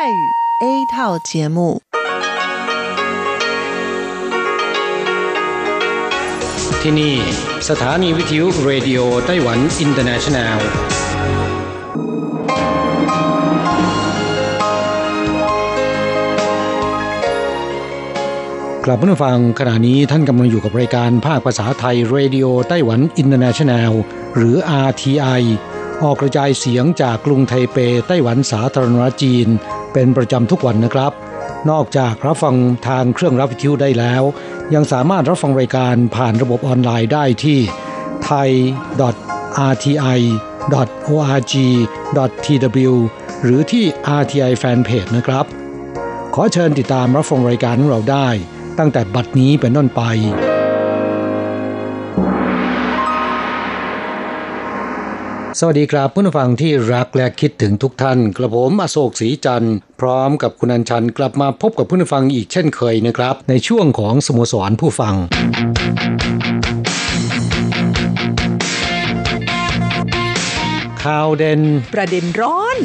语 A 套节目ที่นี่สถานีวิทยุเรดิโอไต้หวันอินเตอร์เนชั่นแนลกลับมาฟังขณะนี้ท่านกำลังอยู่กับรายการภาคภาษาไทยเรดิโอไต้หวันอินเตอร์เนชั่นแนลหรือ RTI ออกกระจายเสียงจากกรุงไทเปไต้หวันสาธารณรัฐจีนเป็นประจำทุกวันนะครับนอกจากรับฟังทางเครื่องรับวิทยุได้แล้วยังสามารถรับฟังรายการผ่านระบบออนไลน์ได้ที่ thai.rti.org.tw หรือที่ RTI Fanpage นะครับขอเชิญติดตามรับฟังรายการของเราได้ตั้งแต่บัดนี้เป็นต้นไปสวัสดีครับผู้ฟังที่รักและคิดถึงทุกท่านกระผมอโศกศรีจันทร์พร้อมกับคุณอัญชันกลับมาพบกับผู้ฟังอีกเช่นเคยนะครับในช่วงของสโมสรผู้ฟังข่าวเด่นประเด็นร้อน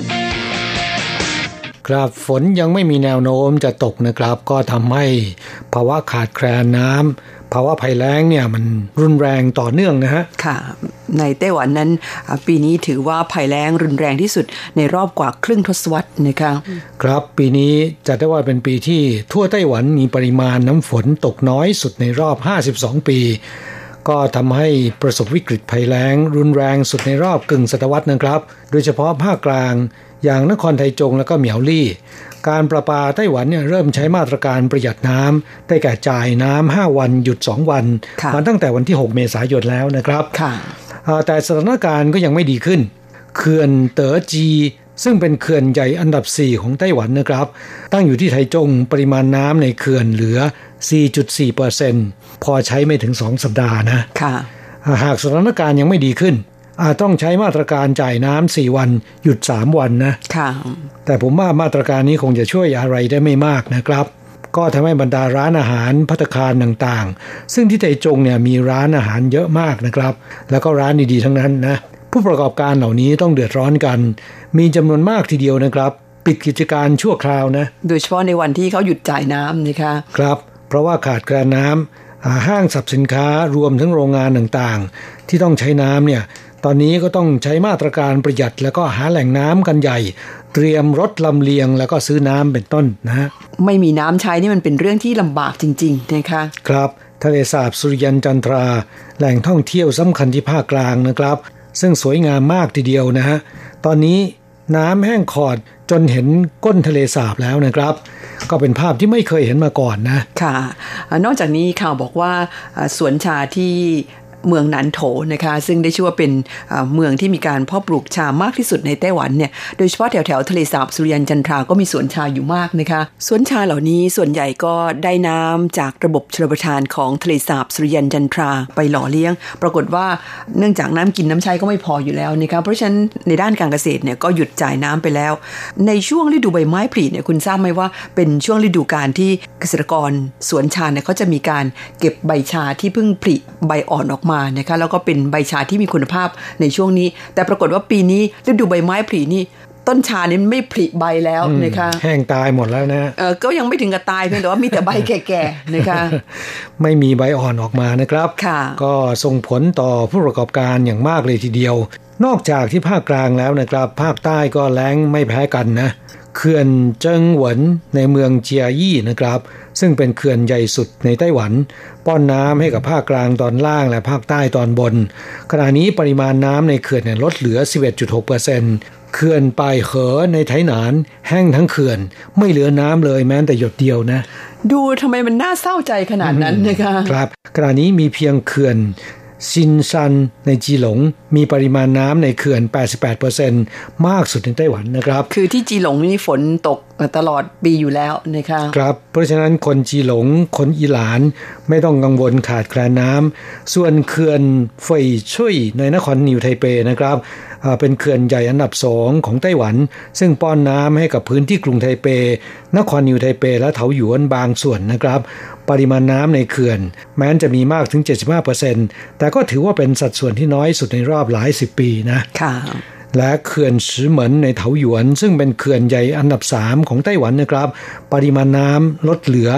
ครับฝนยังไม่มีแนวโน้มจะตกนะครับก็ทำให้ภาวะขาดแคลนน้ำภาวะภัยแล้งเนี่ยมันรุนแรงต่อเนื่องนะฮะค่ะในไต้หวันนั้นปีนี้ถือว่าภัยแล้งรุนแรงที่สุดในรอบกว่าครึ่งทศวรรษนะคะครับปีนี้จัดได้ว่าเป็นปีที่ทั่วไต้หวันมีปริมาณน้ำฝนตกน้อยสุดในรอบ52ปีก็ทำให้ประสบวิกฤตภัยแล้งรุนแรงสุดในรอบกึ่งศตวรรษนะครับโดยเฉพาะภาคกลางอย่างนครไทจงและก็เหมียวลี่การประปาไต้หวันเนี่ยเริ่มใช้มาตรการประหยัดน้ำได้แก่จ่ายน้ำ5วันหยุด2วันมาตั้งแต่วันที่6เมษายนแล้วนะครับแต่สถานการณ์ก็ยังไม่ดีขึ้นเขื่อนเต๋อจีซึ่งเป็นเขื่อนใหญ่อันดับ4ของไต้หวันนะครับตั้งอยู่ที่ไทจงปริมาณน้ำในเขื่อนเหลือ 4.4% พอใช้ไม่ถึง2สัปดาห์นะหากสถานการณ์ยังไม่ดีขึ้นต้องใช้มาตรการจ่ายน้ำ4วันหยุด3วันนะแต่ผมว่ามาตรการนี้คงจะช่วยอะไรได้ไม่มากนะครับก็ทำให้บรรดาร้านอาหารภัตตาคารต่างๆซึ่งที่ไทจงเนี่ยมีร้านอาหารเยอะมากนะครับแล้วก็ร้านดีๆทั้งนั้นนะผู้ประกอบการเหล่านี้ต้องเดือดร้อนกันมีจำนวนมากทีเดียวนะครับปิดกิจการชั่วคราวนะโดยเฉพาะในวันที่เขาหยุดจ่ายน้ำนะคะครับเพราะว่าขาดแคลนน้ำห้างสรรพสินค้ารวมทั้งโรงงานต่างๆที่ต้องใช้น้ำเนี่ยตอนนี้ก็ต้องใช้มาตรการประหยัดแล้วก็หาแหล่งน้ำกันใหญ่เตรียมรถลำเลียงแล้วก็ซื้อน้ำเป็นต้นนะไม่มีน้ำใช้นี่มันเป็นเรื่องที่ลำบากจริงๆนะคะครับทะเลสาบสุริยันจันทราแหล่งท่องเที่ยวสำคัญที่ภาคกลางนะครับซึ่งสวยงามมากทีเดียวนะฮะตอนนี้น้ำแห้งขอดจนเห็นก้นทะเลสาบแล้วนะครับก็เป็นภาพที่ไม่เคยเห็นมาก่อนนะค่ะนอกจากนี้ข่าวบอกว่าสวนชาที่เมืองหนานโถนะคะซึ่งได้ชื่อว่าเป็นเมืองที่มีการเพาะปลูกชามากที่สุดในไต้หวันเนี่ยโดยเฉพาะแถวๆทะเลสาบสุริยันจันทราก็มีสวนชาอยู่มากนะคะสวนชาเหล่านี้ส่วนใหญ่ก็ได้น้ำจากระบบชลประทานของทะเลสาบสุริยันจันทราไปหล่อเลี้ยงปรากฏว่าเนื่องจากน้ำกินน้ำใช้ก็ไม่พออยู่แล้วนะคะเพราะฉะนั้นในด้านการเกษตรเนี่ยก็หยุดจ่ายน้ำไปแล้วในช่วงฤดูใบไม้ผลิเนี่ยคุณทราบไหมว่าเป็นช่วงฤดูกาลที่เกษตรกรสวนชาเนี่ยเขาจะมีการเก็บใบชาที่เพิ่งผลิใบอ่อนออกมานะคะแล้วก็เป็นใบชาที่มีคุณภาพในช่วงนี้แต่ปรากฏว่าปีนี้ฤดูใบไม้ผลินี่ต้นชานี่ไม่ผลิใบแล้วนะคะแห้งตายหมดแล้วนะก็ยังไม่ถึงกับตายเพียงแต่ว่ามีแต่ใบแก่ๆนะคะไม่มีใบอ่อนออกมานะครับก็ส่งผลต่อผู้ประกอบการอย่างมากเลยทีเดียวนอกจากที่ภาคกลางแล้วนะครับภาคใต้ก็แล้งไม่แพ้กันนะเขื่อนเจิงหวนในเมืองเจียยี่นะครับซึ่งเป็นเขื่อนใหญ่สุดในไต้หวันป้อนน้ำให้กับภาคกลางตอนล่างและภาคใต้ตอนบนขณะนี้ปริมาณน้ำในเขื่อนลดเหลือ 11.6% เขื่อนปายเหอในไถหนานแห้งทั้งเขื่อนไม่เหลือน้ำเลยแม้แต่หยดเดียวนะดูทำไมมันน่าเศร้าใจขนาดนั้นนะคะครับขณะนี้มีเพียงเขื่อนซินซันในจีหลงมีปริมาณน้ำในเขื่อน 88% มากสุดในไต้หวันนะครับคือที่จีหลงนี่ฝนตกตลอดปีอยู่แล้วนะคะครับเพราะฉะนั้นคนจีหลงคนอีหลานไม่ต้องกังวลขาดแคลนน้ำส่วนเขื่อนเฟยช่วยในนครนิวไทเปนะครับเป็นเขื่อนใหญ่อันดับ2ของไต้หวันซึ่งป้อนน้ำให้กับพื้นที่กรุงไทเปนครนิวไทเปและเถาหยวนบางส่วนนะครับปริมาณน้ำในเขื่อนแม้จะมีมากถึง 75% แต่ก็ถือว่าเป็นสัดส่วนที่น้อยสุดในรอบหลาย10ปีนะและเขื่อนซือเหมินในเถาหยวนซึ่งเป็นเขื่อนใหญ่อันดับ3ของไต้หวันนะครับปริมาณน้ำลดเหลือ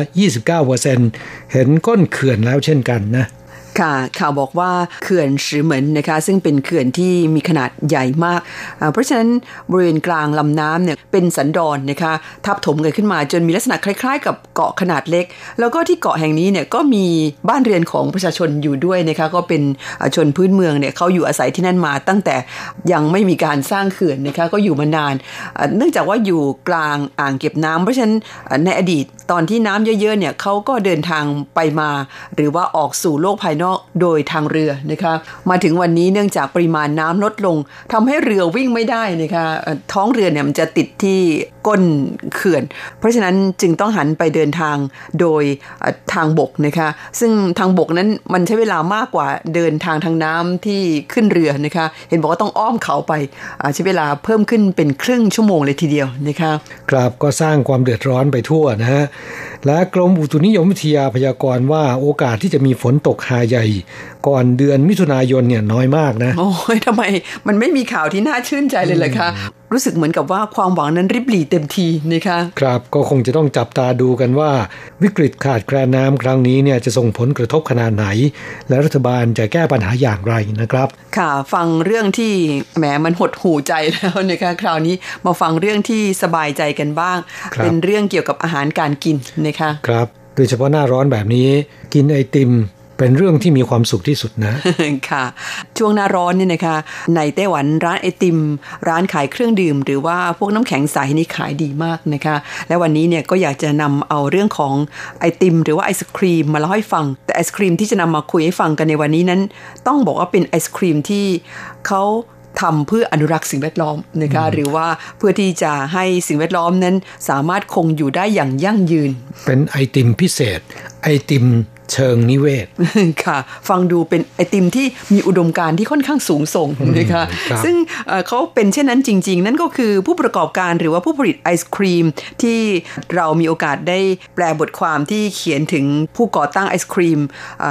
29% เห็นก้นเขื่อนแล้วเช่นกันนะค่ะข่าวบอกว่าเขื่อนซือเหมินนะคะซึ่งเป็นเขื่อนที่มีขนาดใหญ่มากเพราะฉะนั้นบริเวณกลางลำน้ำเนี่ยเป็นสันดอนนะคะทับถมกันขึ้นมาจนมีลักษณะคล้ายๆกับเกาะขนาดเล็กแล้วก็ที่เกาะแห่งนี้เนี่ยก็มีบ้านเรือนของประชาชนอยู่ด้วยนะคะก็เป็นชนพื้นเมืองเนี่ยเขาอยู่อาศัยที่นั่นมาตั้งแต่ยังไม่มีการสร้างเขื่อนนะคะก็อยู่มานานเนื่องจากว่าอยู่กลางอ่างเก็บน้ำเพราะฉะนั้นในอดีตตอนที่น้ำเยอะๆเนี่ยเขาก็เดินทางไปมาหรือว่าออกสู่โลกภายนอกโดยทางเรือนะคะมาถึงวันนี้เนื่องจากปริมาณน้ำลดลงทำให้เรือวิ่งไม่ได้นะคะท้องเรือเนี่ยมันจะติดที่ก้นเขื่อนเพราะฉะนั้นจึงต้องหันไปเดินทางโดยทางบกนะคะซึ่งทางบกนั้นมันใช้เวลามากกว่าเดินทางน้ำที่ขึ้นเรือนะคะเห็นบอกว่าต้องอ้อมเขาไปใช้เวลาเพิ่มขึ้นเป็นครึ่งชั่วโมงเลยทีเดียวนะคะครับก็สร้างความเดือดร้อนไปทั่วนะฮะและกรมอุตุนิยมวิทยาพยากรณ์ว่าโอกาสที่จะมีฝนตกหาใหญ่ก่อนเดือนมิถุนายนเนี่ยน้อยมากนะโอ้ยทำไมมันไม่มีข่าวที่น่าชื่นใจเลยล่ะคะรู้สึกเหมือนกับว่าความหวังนั้นริบหรี่เต็มทีนะคะครับก็คงจะต้องจับตาดูกันว่าวิกฤตขาดแคลนน้ำครั้งนี้เนี่ยจะส่งผลกระทบขนาดไหนและรัฐบาลจะแก้ปัญหาอย่างไรนะครับค่ะฟังเรื่องที่แหมมันหดหู่ใจแล้วนะคะคราวนี้มาฟังเรื่องที่สบายใจกันบ้างเป็นเรื่องเกี่ยวกับอาหารการกินนะคะครับโดยเฉพาะหน้าร้อนแบบนี้กินไอติมเป็นเรื่องที่มีความสุขที่สุดนะค่ะช่วงหน้าร้อนเนี่ยนะคะในไต้หวันร้านไอติมร้านขายเครื่องดื่มหรือว่าพวกน้ำแข็งใสนี่ขายดีมากนะคะและวันนี้เนี่ยก็อยากจะนำเอาเรื่องของไอติมหรือว่าไอศครีมมาเล่าให้ฟังแต่ไอศครีมที่จะนำมาคุยให้ฟังกันในวันนี้นั้นต้องบอกว่าเป็นไอศครีมที่เขาทำเพื่ออนุรักษ์สิ่งแวดล้อมนะคะหรือว่าเพื่อที่จะให้สิ่งแวดล้อมนั้นสามารถคงอยู่ได้อย่างยั่งยืนเป็นไอติมพิเศษไอติมเชิงนิเวศค่ะฟังดูเป็นไอติมที่มีอุดมการณ์ที่ค่อนข้างสูงส่งนะคะซึ่งเขาเป็นเช่นนั้นจริงๆนั่นก็คือผู้ประกอบการหรือว่าผู้ผลิตไอศครีมที่เรามีโอกาสได้แปลบทความที่เขียนถึงผู้ก่อตั้งไอศครีม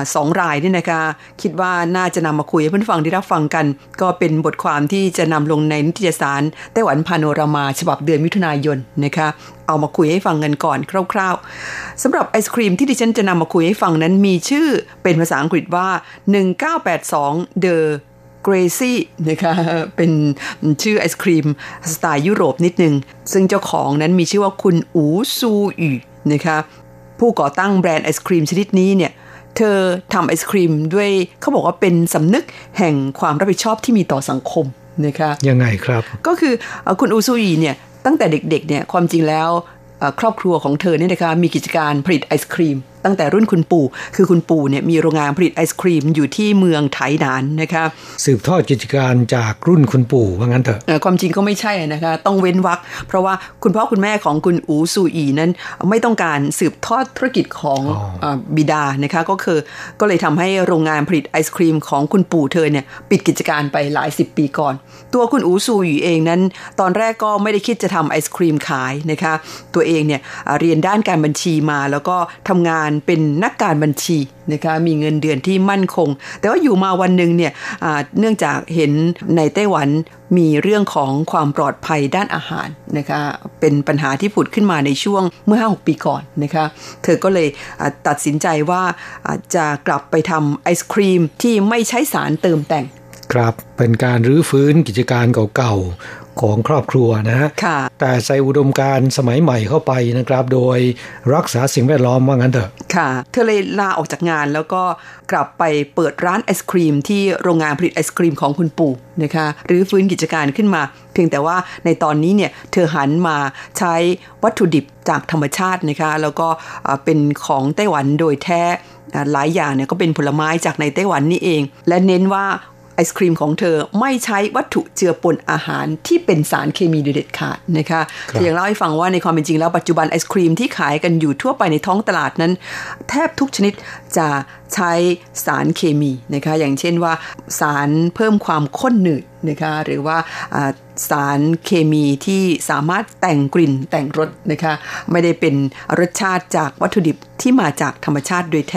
2 รายนี่นะคะคิดว่าน่าจะนำมาคุยให้เพื่อนฟังได้รับฟังกันก็เป็นบทความที่จะนำลงในนิตยสารไต้หวันพาโนรามาฉบับเดือนมิถุนายนนะคะเอามาคุยให้ฟังกันก่อนคร่าวๆสำหรับไอศครีมที่ดิฉันจะนำมาคุยให้ฟังนั้นมีชื่อเป็นภาษาอังกฤษว่า1982 The Gracie นะคะเป็นชื่อไอศครีมสไตล์ยุโรปนิดนึงซึ่งเจ้าของนั้นมีชื่อว่าคุณอูซูอีนะคะผู้ก่อตั้งแบรนด์ไอศครีมชนิดนี้เนี่ยเธอทำไอศครีมด้วยเขาบอกว่าเป็นสำนึกแห่งความรับผิดชอบที่มีต่อสังคมนะคะยังไงครับก็คือคุณอูซูอีเนี่ยตั้งแต่เด็กๆเนี่ยความจริงแล้วครอบครัวของเธอเนี่ยนะคะมีกิจการผลิตไอศครีมตั้งแต่รุ่นคุณปู่คือคุณปู่เนี่ยมีโรงงานผลิตไอศครีมอยู่ที่เมืองไถหนานนะคะสืบทอดกิจการจากรุ่นคุณปู่ว่างั้นเถอะความจริงก็ไม่ใช่นะคะต้องเว้นวรรคเพราะว่าคุณพ่อคุณแม่ของคุณอูซูอีนั้นไม่ต้องการสืบทอดธุรกิจของบิดานะคะก็เลยทำให้โรงงานผลิตไอศครีมของคุณปู่เธอเนี่ยปิดกิจการไปหลาย10 ปีก่อนตัวคุณอูซูอีเองนั้นตอนแรกก็ไม่ได้คิดจะทำไอศครีมขายนะคะตัวเองเนี่ยเรียนด้านการบัญชีมาแล้วก็ทำงานเป็นนักการบัญชีนะคะมีเงินเดือนที่มั่นคงแต่ว่าอยู่มาวันนึงเนี่ยเนื่องจากเห็นในไต้หวันมีเรื่องของความปลอดภัยด้านอาหารนะคะเป็นปัญหาที่ผุดขึ้นมาในช่วงเมื่อ 5-6 ปีก่อนนะคะเธอก็เลยตัดสินใจว่าจะกลับไปทำไอศครีมที่ไม่ใช้สารเติมแต่งครับเป็นการรื้อฟื้นกิจการเก่าๆของครอบครัวนะแต่ใส่อุดมการณ์สมัยใหม่เข้าไปนะครับโดยรักษาสิ่งแวดล้อมว่างั้นเถอะค่ะเธอเลยลาออกจากงานแล้วก็กลับไปเปิดร้านไอศครีมที่โรงงานผลิตไอศครีมของคุณปู่นะคะรื้อฟื้นกิจการขึ้นมาเพียงแต่ว่าในตอนนี้เนี่ยเธอหันมาใช้วัตถุดิบจากธรรมชาตินะคะแล้วก็เป็นของไต้หวันโดยแท้หลายอย่างเนี่ยก็เป็นผลไม้จากในไต้หวันนี่เองและเน้นว่าไอศครีมของเธอไม่ใช้วัตถุเจือปนอาหารที่เป็นสารเคมีโดยเด็ดขาดนะคะอย่างเล่าให้ฟังว่าในความเป็นจริงแล้วปัจจุบันไอศครีมที่ขายกันอยู่ทั่วไปในท้องตลาดนั้นแทบทุกชนิดจะใช้สารเคมีนะคะอย่างเช่นว่าสารเพิ่มความข้นหนืดนะคะหรือว่าสารเคมีที่สามารถแต่งกลิ่นแต่งรสนะคะไม่ได้เป็นรสชาติจากวัตถุดิบที่มาจากธรรมชาติโดยแท้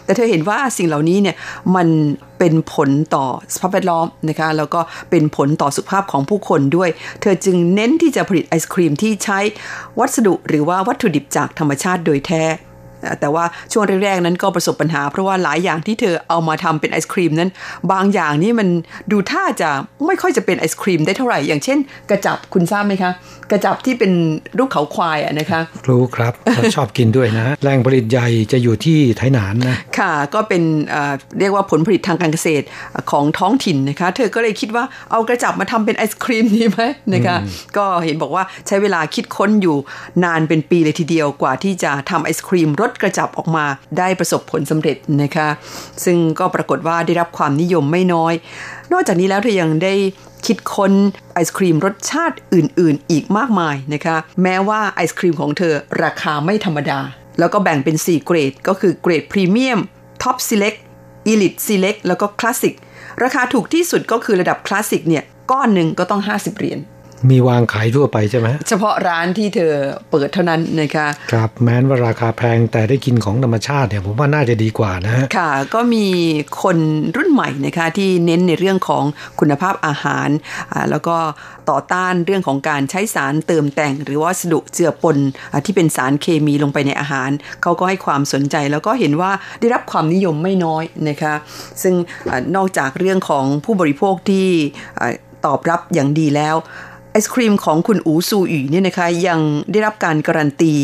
แต่เธอเห็นว่าสิ่งเหล่านี้เนี่ยมันเป็นผลต่อสภาพแวดล้อมนะคะแล้วก็เป็นผลต่อสุขภาพของผู้คนด้วยเธอจึงเน้นที่จะผลิตไอศกรีมที่ใช้วัสดุหรือว่าวัตถุดิบจากธรรมชาติโดยแท้แต่ว่าช่วงแรกๆนั้นก็ประสบปัญหาเพราะว่าหลายอย่างที่เธอเอามาทำเป็นไอศครีมนั้นบางอย่างนี่มันดูท่าจะไม่ค่อยจะเป็นไอศครีมได้เท่าไหร่อย่างเช่นกระจับคุณทราบไหมคะกระจับที่เป็นรูปเขาควายนะคะรู้ครับเราชอบกินด้วยนะแหล่งผลิตใหญ่จะอยู่ที่ไถหนานนะค่ะก็เป็นเรียกว่าผลผลิตทางการเกษตรของท้องถิ่นนะคะเธอก็เลยคิดว่าเอากระจับมาทำเป็นไอศครีมดีไหมนะคะก็เห็นบอกว่าใช้เวลาคิดค้นอยู่นานเป็นปีเลยทีเดียวกว่าที่จะทำไอศครีมรสกระจับออกมาได้ประสบผลสำเร็จนะคะซึ่งก็ปรากฏว่าได้รับความนิยมไม่น้อยนอกจากนี้แล้วเธอยังได้คิดค้นไอศครีมรสชาติอื่นๆอีกมากมายนะคะแม้ว่าไอศครีมของเธอราคาไม่ธรรมดาแล้วก็แบ่งเป็น4เกรดก็คือเกรดพรีเมียมท็อปซีเล็กอีลิทซีเล็กแล้วก็คลาสสิกราคาถูกที่สุดก็คือระดับคลาสสิกเนี่ยก้อนหนึ่งก็ต้อง50เหรียญมีวางขายทั่วไปใช่ไหมเฉพาะร้านที่เธอเปิดเท่านั้นนะคะครับแม้ว่าราคาแพงแต่ได้กินของธรรมชาติเนี่ยผมว่าน่าจะดีกว่านะค่ะก็มีคนรุ่นใหม่นะคะที่เน้นในเรื่องของคุณภาพอาหารแล้วก็ต่อต้านเรื่องของการใช้สารเติมแต่งหรือวัสดุเจือปนที่เป็นสารเคมีลงไปในอาหารเขาก็ให้ความสนใจแล้วก็เห็นว่าได้รับความนิยมไม่น้อยนะคะซึ่งนอกจากเรื่องของผู้บริโภคที่ตอบรับอย่างดีแล้วไอศครีมของคุณอูซูอีเนี่ยนะคะยังได้รับการการันตี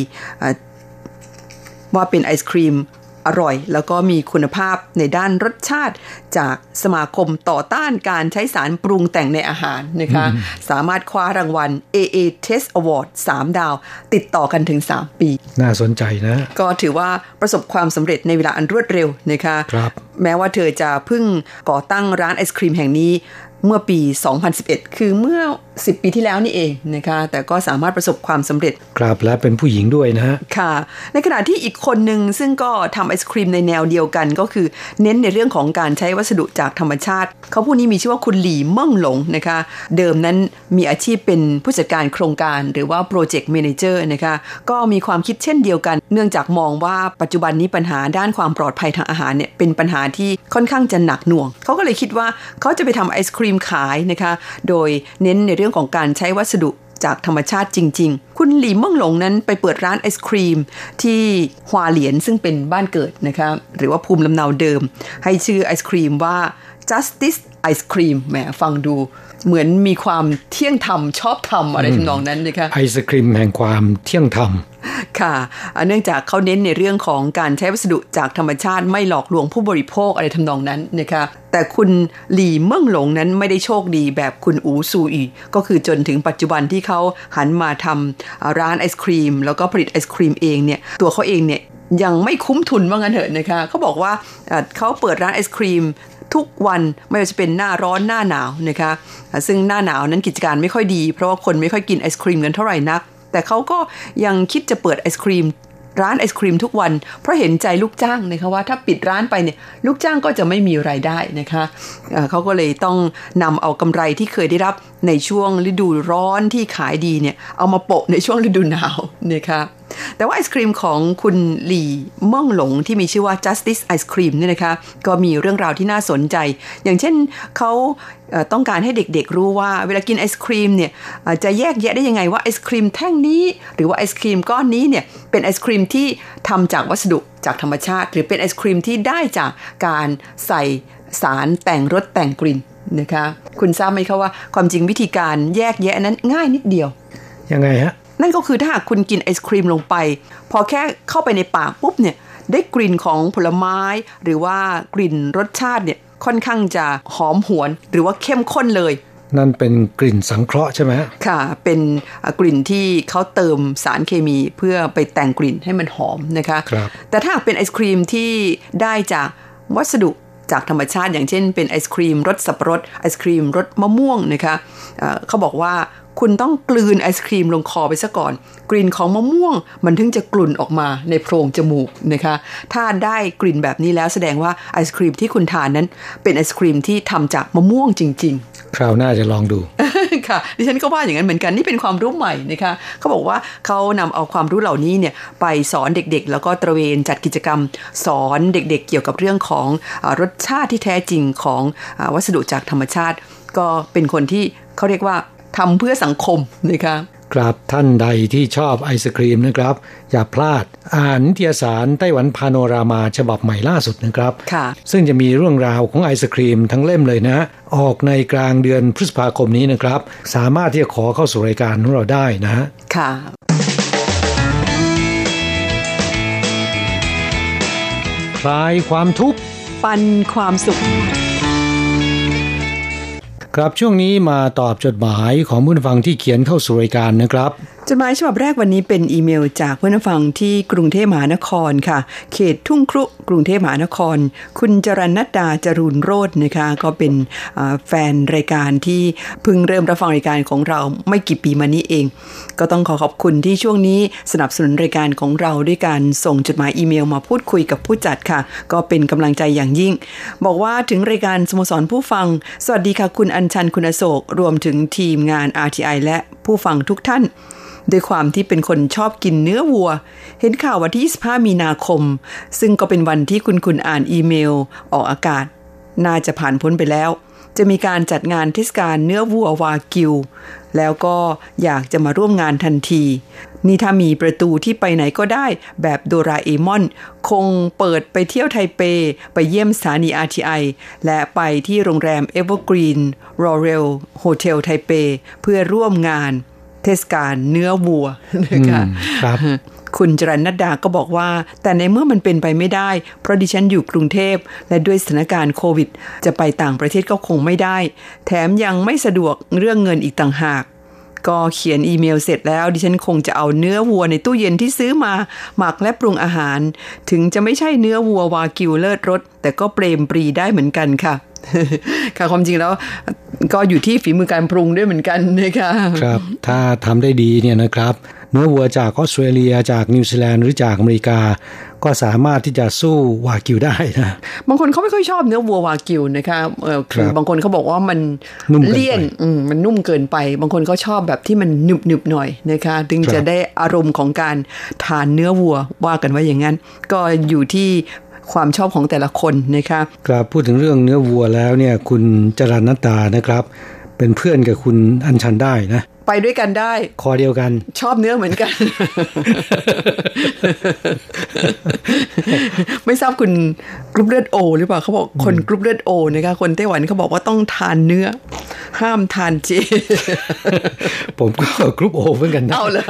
ว่าเป็นไอศครีมอร่อยแล้วก็มีคุณภาพในด้านรสชาติจากสมาคมต่อต้านการใช้สารปรุงแต่งในอาหารนะคะสามารถคว้ารางวัล AA Taste Award 3 ดาวติดต่อกันถึง3ปีน่าสนใจนะก็ถือว่าประสบความสำเร็จในเวลาอันรวดเร็วนะคะครับแม้ว่าเธอจะเพิ่งก่อตั้งร้านไอศครีมแห่งนี้เมื่อปี 2011 คือเมื่อ10 ปีที่แล้วนี่เองนะคะแต่ก็สามารถประสบความสำเร็จครับและเป็นผู้หญิงด้วยนะฮะค่ะในขณะที่อีกคนหนึ่งซึ่งก็ทำไอศครีมในแนวเดียวกันก็คือเน้นในเรื่องของการใช้วัสดุจากธรรมชาติเขาผู้นี้มีชื่อว่าคุณหลี่เมิ่งหลงนะคะเดิมนั้นมีอาชีพเป็นผู้จัดการโครงการหรือว่าโปรเจกต์แมเนเจอร์นะคะก็มีความคิดเช่นเดียวกันเนื่องจากมองว่าปัจจุบันนี้ปัญหาด้านความปลอดภัยทางอาหารเนี่ยเป็นปัญหาที่ค่อนข้างจะหนักหน่วงเขาก็เลยคิดว่าเขาจะไปทำไอศครีมขายนะคะโดยเน้นในเรื่องของการใช้วัสดุจากธรรมชาติจริงๆคุณหลี่เมิ่งหลงนั้นไปเปิดร้านไอศครีมที่ฮวาเหลียนซึ่งเป็นบ้านเกิดนะคะหรือว่าภูมิลำเนาเดิมให้ชื่อไอศครีมว่า Justice Ice Cream แหมฟังดูเหมือนมีความเที่ยงธรรมชอบธรรมอะไรทำนองนั้นนะคะไอศครีมแห่งความเที่ยงธรรมค่ะเนื่องจากเขาเน้นในเรื่องของการใช้วัสดุจากธรรมชาติไม่หลอกลวงผู้บริโภคอะไรทำนองนั้นนะคะแต่คุณหลี่เมิ่งหลงนั้นไม่ได้โชคดีแบบคุณอูซูอีก็คือจนถึงปัจจุบันที่เขาหันมาทำร้านไอศครีมแล้วก็ผลิตไอศครีมเองเนี่ยตัวเขาเองเนี่ยยังไม่คุ้มทุนว่างั้นเถอะนะคะเขาบอกว่าเขาเปิดร้านไอศครีมทุกวันไม่ว่าจะเป็นหน้าร้อนหน้าหนาวนะคะซึ่งหน้าหนาวนั้นกิจการไม่ค่อยดีเพราะว่าคนไม่ค่อยกินไอศครีมกันเท่าไหร่นักแต่เขาก็ยังคิดจะเปิดไอศครีมร้านไอศครีมทุกวันเพราะเห็นใจลูกจ้างนะคะว่าถ้าปิดร้านไปเนี่ยลูกจ้างก็จะไม่มีรายได้นะคะเขาก็เลยต้องนำเอากำไรที่เคยได้รับในช่วงฤดูร้อนที่ขายดีเนี่ยเอามาโปะในช่วงฤดูหนาวนะคะแต่ว่าไอศครีมของคุณหลี่เมิ่งหลงที่มีชื่อว่า Justice Ice Cream เนี่ยนะคะก็มีเรื่องราวที่น่าสนใจอย่างเช่นเขาต้องการให้เด็กๆรู้ว่าเวลากินไอศครีมเนี่ยจะแยกแยะได้ยังไงว่าไอศครีมแท่งนี้หรือว่าไอศครีมก้อนนี้เนี่ยเป็นไอศครีมที่ทำจากวัสดุจากธรรมชาติหรือเป็นไอศครีมที่ได้จากการใส่สารแต่งรสแต่งกลิ่นนะคะคุณทราบไหมคะว่าความจริงวิธีการแยกแยะนั้นง่ายนิดเดียวยังไงฮะนั่นก็คือถ้าหากคุณกินไอศครีมลงไปพอแค่เข้าไปในปากปุ๊บเนี่ยได้กลิ่นของผลไม้หรือว่ากลิ่นรสชาติเนี่ยค่อนข้างจะหอมหวนหรือว่าเข้มข้นเลยนั่นเป็นกลิ่นสังเคราะห์ใช่ไหมค่ะเป็นกลิ่นที่เขาเติมสารเคมีเพื่อไปแต่งกลิ่นให้มันหอมนะคะแต่ถ้าหากเป็นไอศครีมที่ได้จากวัสดุจากธรรมชาติอย่างเช่นเป็นไอศครีมรสสับปะรดไอศครีมรสมะม่วงนะคะเขาบอกว่าคุณต้องกลืนไอศครีมลงคอไปซะก่อนกลิ่นของมะม่วงมันถึงจะกลุ่นออกมาในโพรงจมูกนะคะถ้าได้กลิ่นแบบนี้แล้วแสดงว่าไอศครีมที่คุณทานนั้นเป็นไอศครีมที่ทำจากมะม่วงจริงๆคราวหน้าจะลองดูค่ะดิฉันก็ว่าอย่างนั้นเหมือนกันนี่เป็นความรู้ใหม่นะคะเขาบอกว่าเขานำเอาความรู้เหล่านี้เนี่ยไปสอนเด็กๆแล้วก็ตระเวนจัดกิจกรรมสอนเด็กๆเกี่ยวกับเรื่องของรสชาติที่แท้จริงของวัสดุจากธรรมชาติก็เป็นคนที่เขาเรียกว่าทำเพื่อสังคมนะคะครับท่านใดที่ชอบไอศกรีมนะครับอย่าพลาดอ่านนิตยสารไต้หวันพาโนรามาฉบับใหม่ล่าสุดนะครับซึ่งจะมีเรื่องราวของไอศกรีมทั้งเล่มเลยนะออกในกลางเดือนพฤษภาคมนี้นะครับสามารถที่จะขอเข้าสู่รายการของเราได้นะค่ะคลายความทุกข์ปันความสุขครับช่วงนี้มาตอบจดหมายของผู้ฟังที่เขียนเข้าสู่รายการนะครับจดหมายฉบับแรกวันนี้เป็นอีเมลจากผู้ฟังที่กรุงเทพมหานครค่ะเขตทุ่งครุกรุงเทพมหานครคุณจรัญนัดดาจรูนโรจน์นะคะก็เป็นแฟนรายการที่เพิ่งเริ่มรับฟังรายการของเราไม่กี่ปีมานี้เองก็ต้องขอบคุณที่ช่วงนี้สนับสนุนรายการของเราด้วยการส่งจดหมายอีเมลมาพูดคุยกับผู้จัดค่ะก็เป็นกำลังใจอย่างยิ่งบอกว่าถึงรายการสโมสรผู้ฟังสวัสดีค่ะคุณอัญชันคุณอโศกรวมถึงทีมงาน RTI และผู้ฟังทุกท่านด้วยความที่เป็นคนชอบกินเนื้อวัวเห็นข่าววันที่25มีนาคมซึ่งก็เป็นวันที่คุณอ่านอีเมลออกอากาศน่าจะผ่านพ้นไปแล้วจะมีการจัดงานเทศกาลเนื้อวัววากิวแล้วก็อยากจะมาร่วมงานทันทีนี่ถ้ามีประตูที่ไปไหนก็ได้แบบโดราเอมอนคงเปิดไปเที่ยวไทเปไปเยี่ยมสถานี RTI และไปที่โรงแรม Evergreen Royal Hotel ไทเปเพื่อร่วมงานเทศกาลเนื้อวัวนะคะครับคุณจรัญนัดดาก็บอกว่าแต่ในเมื่อมันเป็นไปไม่ได้เพราะดิฉันอยู่กรุงเทพและด้วยสถานการณ์โควิดจะไปต่างประเทศก็คงไม่ได้แถมยังไม่สะดวกเรื่องเงินอีกต่างหากก็เขียนอีเมลเสร็จแล้วดิฉันคงจะเอาเนื้อวัวในตู้เย็นที่ซื้อมาหมักและปรุงอาหารถึงจะไม่ใช่เนื้อวัววากิวเลิศรสแต่ก็เปรมปรีได้เหมือนกันค่ะค่ะความจริงแล้วก็อยู่ที่ฝีมือการปรุงด้วยเหมือนกันนะคะครับถ้าทำได้ดีเนี่ยนะครับเนื้อวัวจากออสเตรเลียจากนิวซีแลนด์หรือจากอเมริกาก็สามารถที่จะสู้วากิวได้นะบางคนเขาไม่ค่อยชอบเนื้อวัววากิวนะคะคือบางคนเขาบอกว่ามันเลี่ยนมันนุ่มเกินไปบางคนเขาชอบแบบที่มันหนึบๆหน่อยนะคะถึงจะได้อารมณ์ของการทานเนื้อวัวว่ากันว่าอย่างนั้นก็อยู่ที่ความชอบของแต่ละคนนะคะครับพูดถึงเรื่องเนื้อวัวแล้วเนี่ยคุณจรัญนัดดานะครับเป็นเพื่อนกับคุณอัญชันได้นะไปด้วยกันได้คอเดียวกันชอบเนื้อเหมือนกัน ไม่ทราบคุณกรุ๊ปเลือดโอหรือเปล่าเขาบอกคนกรุ๊ปเลือดโอนะคะคนไต้หวันเขาบอกว่าต้องทานเนื้อห้ามทานเจผมก็กรุ๊ปโอเหมือนกันนะเอาเลย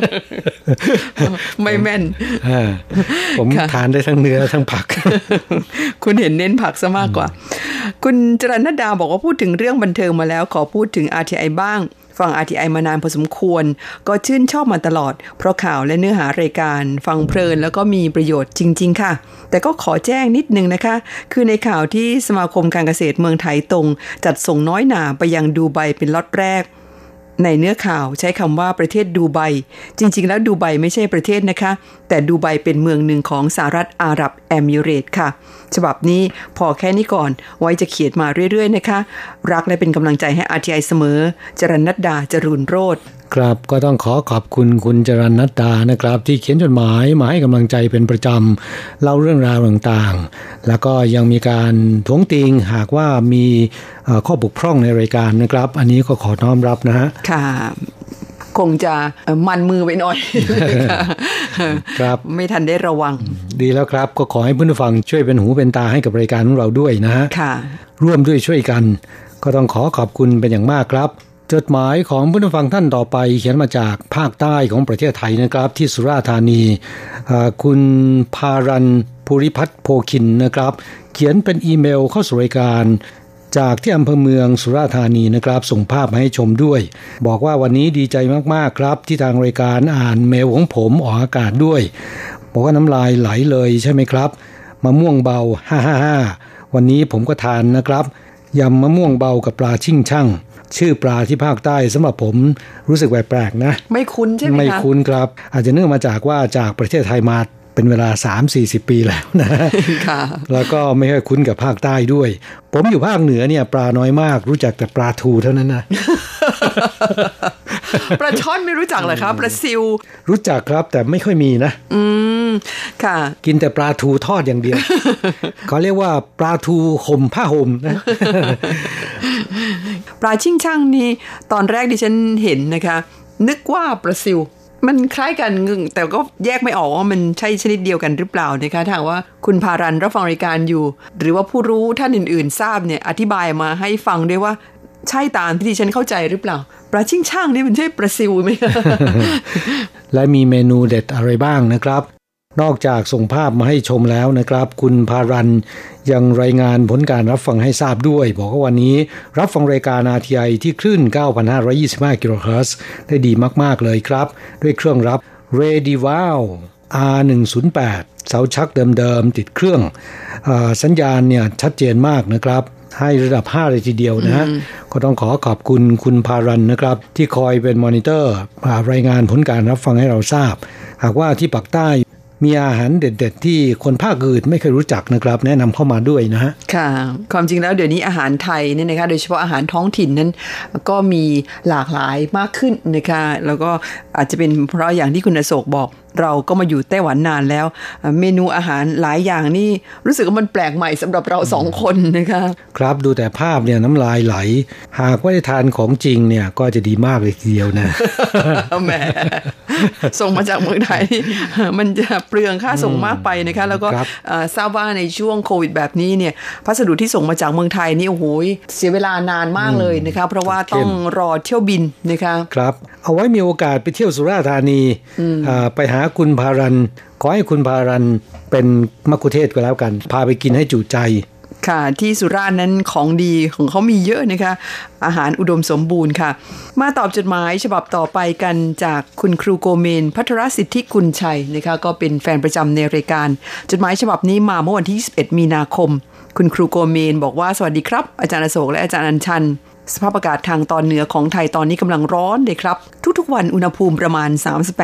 ไม่แม่นผมทานได้ทั้งเนื้อทั้งผักคุณเห็นเน้นผักซะมากกว่าคุณจรัญนัดดาบอกว่าพูดถึงเรื่องบันเทิงมาแล้วขอพูดถึง RTI บ้างฟัง RTI มานานพอสมควรก็ชื่นชอบมาตลอดเพราะข่าวและเนื้อหารายการฟังเพลินแล้วก็มีประโยชน์จริงๆค่ะแต่ก็ขอแจ้งนิดนึงนะคะคือในข่าวที่สมาคมการเกษตรเมืองไทยตรงจัดส่งน้อยหน่าไปยังดูไบเป็นล็อตแรกในเนื้อข่าวใช้คำว่าประเทศดูไบจริงๆแล้วดูไบไม่ใช่ประเทศนะคะแต่ดูไบเป็นเมืองหนึ่งของสหรัฐอาหรับเอมิเรตส์ค่ะฉบับนี้พอแค่นี้ก่อนไว้จะเขียนมาเรื่อยๆนะคะรักและเป็นกำลังใจให้ RTI เสมอจรัญนัดดาจรูนโรจน์ครับก็ต้องขอบคุณคุณจรัญนัดดานะครับที่เขียนจดหมายมาให้กำลังใจเป็นประจำเล่าเรื่องราวต่างๆแล้วก็ยังมีการท้วงติงหากว่ามีข้อบกพร่องในรายการนะครับอันนี้ก็ขอน้อมรับนะฮะค่ะคงจะมันมือไปหน่อยครับไม่ทันได้ระวังดีแล้วครับก็ขอให้ผู้ฟังช่วยเป็นหูเป็นตาให้กับรายการของเราด้วยนะฮะค่ะร่วมด้วยช่วยกันก็ต้องขอบคุณเป็นอย่างมากครับจดหมายของผู้ฟังท่านต่อไปเขียนมาจากภาคใต้ของประเทศไทยนะครับที่สุราษฎร์ธานีคุณพารันภูริพัฒน์โพคินนะครับเขียนเป็นอีเมลเข้าสู่รายการจากที่อำเภอเมืองสุราษฎร์ธานีนะครับส่งภาพมาให้ชมด้วยบอกว่าวันนี้ดีใจมากๆครับที่ทางรายการอ่านเมลของผมออกอากาศด้วยบอกว่าน้ำลายไหลเลยใช่ไหมครับมะม่วงเบาฮ่าวันนี้ผมก็ทานนะครับยำมะม่วงเบากับปลาชิ่งช่างชื่อปลาที่ภาคใต้สำหรับผมรู้สึกแปลกๆนะไม่คุ้นใช่ไหมคะไม่คุ้นครับอาจจะเนื่องมาจากว่าจากประเทศไทยมาเป็นเวลา 3-40 ปีแล้วนะค่ะแล้วก็ไม่ค่อยคุ้นกับภาคใต้ด้วยผมอยู่ภาคเหนือเนี่ยปลาน้อยมากรู้จักแต่ปลาทูเท่านั้นนะปลาช่อนไม่รู้จักเหรอครับปลาซิวรู้จักครับแต่ไม่ค่อยมีนะค่ะกินแต่ปลาทูทอดอย่างเดียว เขาเรียกว่าปลาทูห่มผ้าห่มนะปลาชิงช่างนี่ตอนแรกดิฉันเห็นนะคะนึกว่าปลาซิวมันคล้ายกันแต่ก็แยกไม่ออกว่ามันใช่ชนิดเดียวกันหรือเปล่านะคะถ้าว่าคุณพารันรับฟังรายการอยู่หรือว่าผู้รู้ท่านอื่นๆทราบเนี่ยอธิบายมาให้ฟังด้วยว่าใช่ตามที่ดิฉันเข้าใจหรือเปล่าปลาชิงช่างนี่มันใช่ปลาซิวไหมและมีเมนูเด็ดอะไรบ้างนะครับนอกจากส่งภาพมาให้ชมแล้วนะครับคุณพารันยังรายงานผลการรับฟังให้ทราบด้วยบอกว่าวันนี้รับฟังรายการ RTI ที่คลื่น 9,525 กิโลเฮิรตซ์ได้ดีมากๆเลยครับด้วยเครื่องรับ Redival R108 เสาชักเดิมๆติดเครื่องสัญญาณเนี่ยชัดเจนมากนะครับให้ระดับ5เลยทีเดียวนะก็ต้องขอบคุณคุณพารันนะครับที่คอยเป็นมอนิเตอร์รายงานผลการรับฟังให้เราทราบหากว่าที่ปากใต้มีอาหารเด็ดๆที่คนภาคอื่นไม่เคยรู้จักนะครับแนะนำเข้ามาด้วยนะฮะค่ะความจริงแล้วเดี๋ยวนี้อาหารไทยเนี่ยนะคะโดยเฉพาะอาหารท้องถิ่นนั้นก็มีหลากหลายมากขึ้นนะคะแล้วก็อาจจะเป็นเพราะอย่างที่คุณอโศกบอกเราก็มาอยู่ไต้หวันนานแล้วเมนูอาหารหลายอย่างนี่รู้สึกว่ามันแปลกใหม่สำหรับเรา2คนนะคะครับดูแต่ภาพเนี่ยน้ำลายไหลหากว่าได้ทานของจริงเนี่ยก็จะดีมากเลยทีเดียวนะแหมส่งมาจากเมืองไทยมันจะเปลืองค่าส่งมากไปนะคะแล้วก็ทราบว่าในช่วงโควิดแบบนี้เนี่ยพัสดุที่ส่งมาจากเมืองไทยนี่โอ้โหเสียเวลานานมากเลยนะคะเพราะว่าต้องรอเที่ยวบินนะคะครับเอาไว้มีโอกาสไปเที่ยวสุราษฎร์ธานีไปหาคุณพารันขอให้คุณพารันเป็นมัคคุเทศก์ก็แล้วกันพาไปกินให้จุใจค่ะที่สุราษฎร์นั้นของดีของเขามีเยอะนะคะอาหารอุดมสมบูรณ์ค่ะมาตอบจดหมายฉบับต่อไปกันจากคุณครูโกเมนภัทรสิทธิกุลชัยนะคะก็เป็นแฟนประจำในรายการจดหมายฉบับนี้มาเมื่อวันที่21มีนาคมคุณครูโกเมนบอกว่าสวัสดีครับอาจารย์อโศกและอาจารย์อัญชันสภาพอากาศทางตอนเหนือของไทยตอนนี้กำลังร้อนเลยครับทุกๆวันอุณหภูมิประมาณ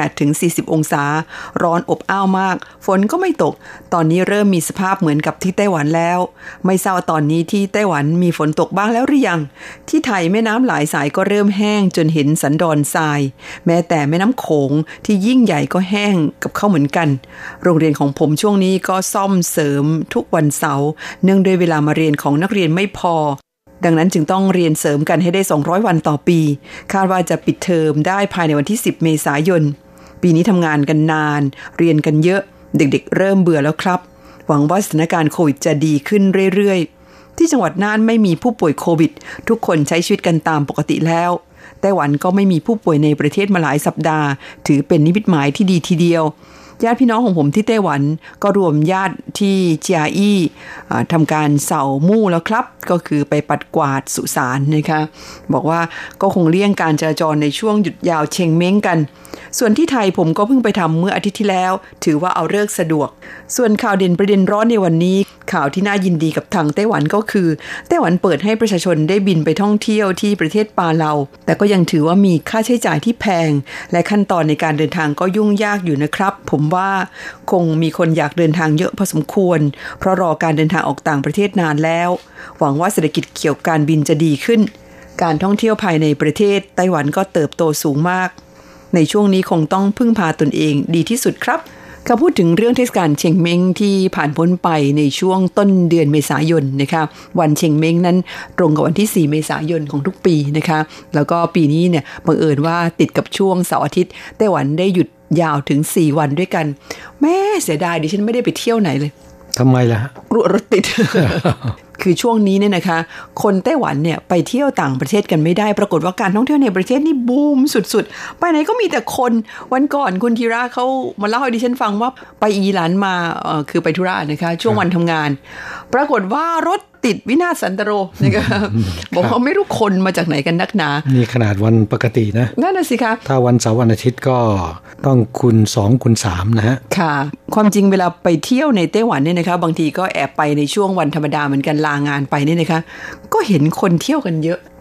38-40 องศาร้อนอบอ้าวมากฝนก็ไม่ตกตอนนี้เริ่มมีสภาพเหมือนกับที่ไต้หวันแล้วไม่ทราบตอนนี้ที่ไต้หวันมีฝนตกบ้างแล้วหรือยังที่ไทยแม่น้ำหลายสายก็เริ่มแห้งจนเห็นสันดอนทรายแม้แต่แม่น้ำโขงที่ยิ่งใหญ่ก็แห้งกับเขาเหมือนกันโรงเรียนของผมช่วงนี้ก็ซ่อมเสริมทุกวันเสาร์เนื่องด้วยเวลามาเรียนของนักเรียนไม่พอดังนั้นจึงต้องเรียนเสริมกันให้ได้200วันต่อปีคาดว่าจะปิดเทอมได้ภายในวันที่10เมษายนปีนี้ทำงานกันนานเรียนกันเยอะเด็กๆเริ่มเบื่อแล้วครับหวังว่าสถานการณ์โควิดจะดีขึ้นเรื่อยๆที่จังหวัดน่านไม่มีผู้ป่วยโควิดทุกคนใช้ชีวิตกันตามปกติแล้วไต้หวันก็ไม่มีผู้ป่วยในประเทศมาหลายสัปดาห์ถือเป็นนิมิตหมายที่ดีทีเดียวญาติพี่น้องของผมที่ไต้หวันก็รวมญาติที่เจียอี้ทำการเสามู่แล้วครับก็คือไปปัดกวาดสุสานนะคะบอกว่าก็คงเลี่ยงการจราจรในช่วงหยุดยาวเชงเม้งกันส่วนที่ไทยผมก็เพิ่งไปทำเมื่ออาทิตย์ที่แล้วถือว่าเอาฤกษ์สะดวกส่วนข่าวเด่นประเด็นร้อนในวันนี้ข่าวที่น่ายินดีกับทางไต้หวันก็คือไต้หวันเปิดให้ประชาชนได้บินไปท่องเที่ยวที่ประเทศปาเลาแต่ก็ยังถือว่ามีค่าใช้จ่ายที่แพงและขั้นตอนในการเดินทางก็ยุ่งยากอยู่นะครับผมว่าคงมีคนอยากเดินทางเยอะพอสมควรเพราะรอการเดินทางออกต่างประเทศนานแล้วหวังว่าเศรษฐกิจเกี่ยวกับการบินจะดีขึ้นการท่องเที่ยวภายในประเทศไต้หวันก็เติบโตสูงมากในช่วงนี้คงต้องพึ่งพาตนเองดีที่สุดครับเขาพูดถึงเรื่องเทศกาลเชงเม้งที่ผ่านพ้นไปในช่วงต้นเดือนเมษายนนะคะวันเชงเม้งนั้นตรงกับวันที่4เมษายนของทุกปีนะคะแล้วก็ปีนี้เนี่ยบังเอิญว่าติดกับช่วงเสาร์อาทิตย์ไต้หวันได้หยุดยาวถึง4วันด้วยกันแม่เสียดายดิฉันไม่ได้ไปเที่ยวไหนเลยทำไมล่ะกลัวรถติด คือช่วงนี้เนี่ยนะคะคนไต้หวันเนี่ยไปเที่ยวต่างประเทศกันไม่ได้ปรากฏว่าการท่องเที่ยวในประเทศนี่บูมสุดๆไปไหนก็มีแต่คนวันก่อนคุณธีระเขามาเล่าให้ดิฉันฟังว่าไปอีหลันมาคือไปธุระนะคะช่วงวันทำงานปรากฏว่ารถติดวินาศสันตโรนะคะบอกว่าไม่รู้คนมาจากไหนกันนักหนานี่ขนาดวันปกตินะนั่นน่ะสิคะถ้าวันเสาร์วันอาทิตย์ก็ต้องคูณ2คูณ3นะฮะค่ะความจริงเวลาไปเที่ยวในไต้หวันเนี่ยนะคะบางทีก็แอบไปในช่วงวันธรรมดาเหมือนกันลางานไปเนี่ยนะคะก็เห็นคนเที่ยวกันเยอะ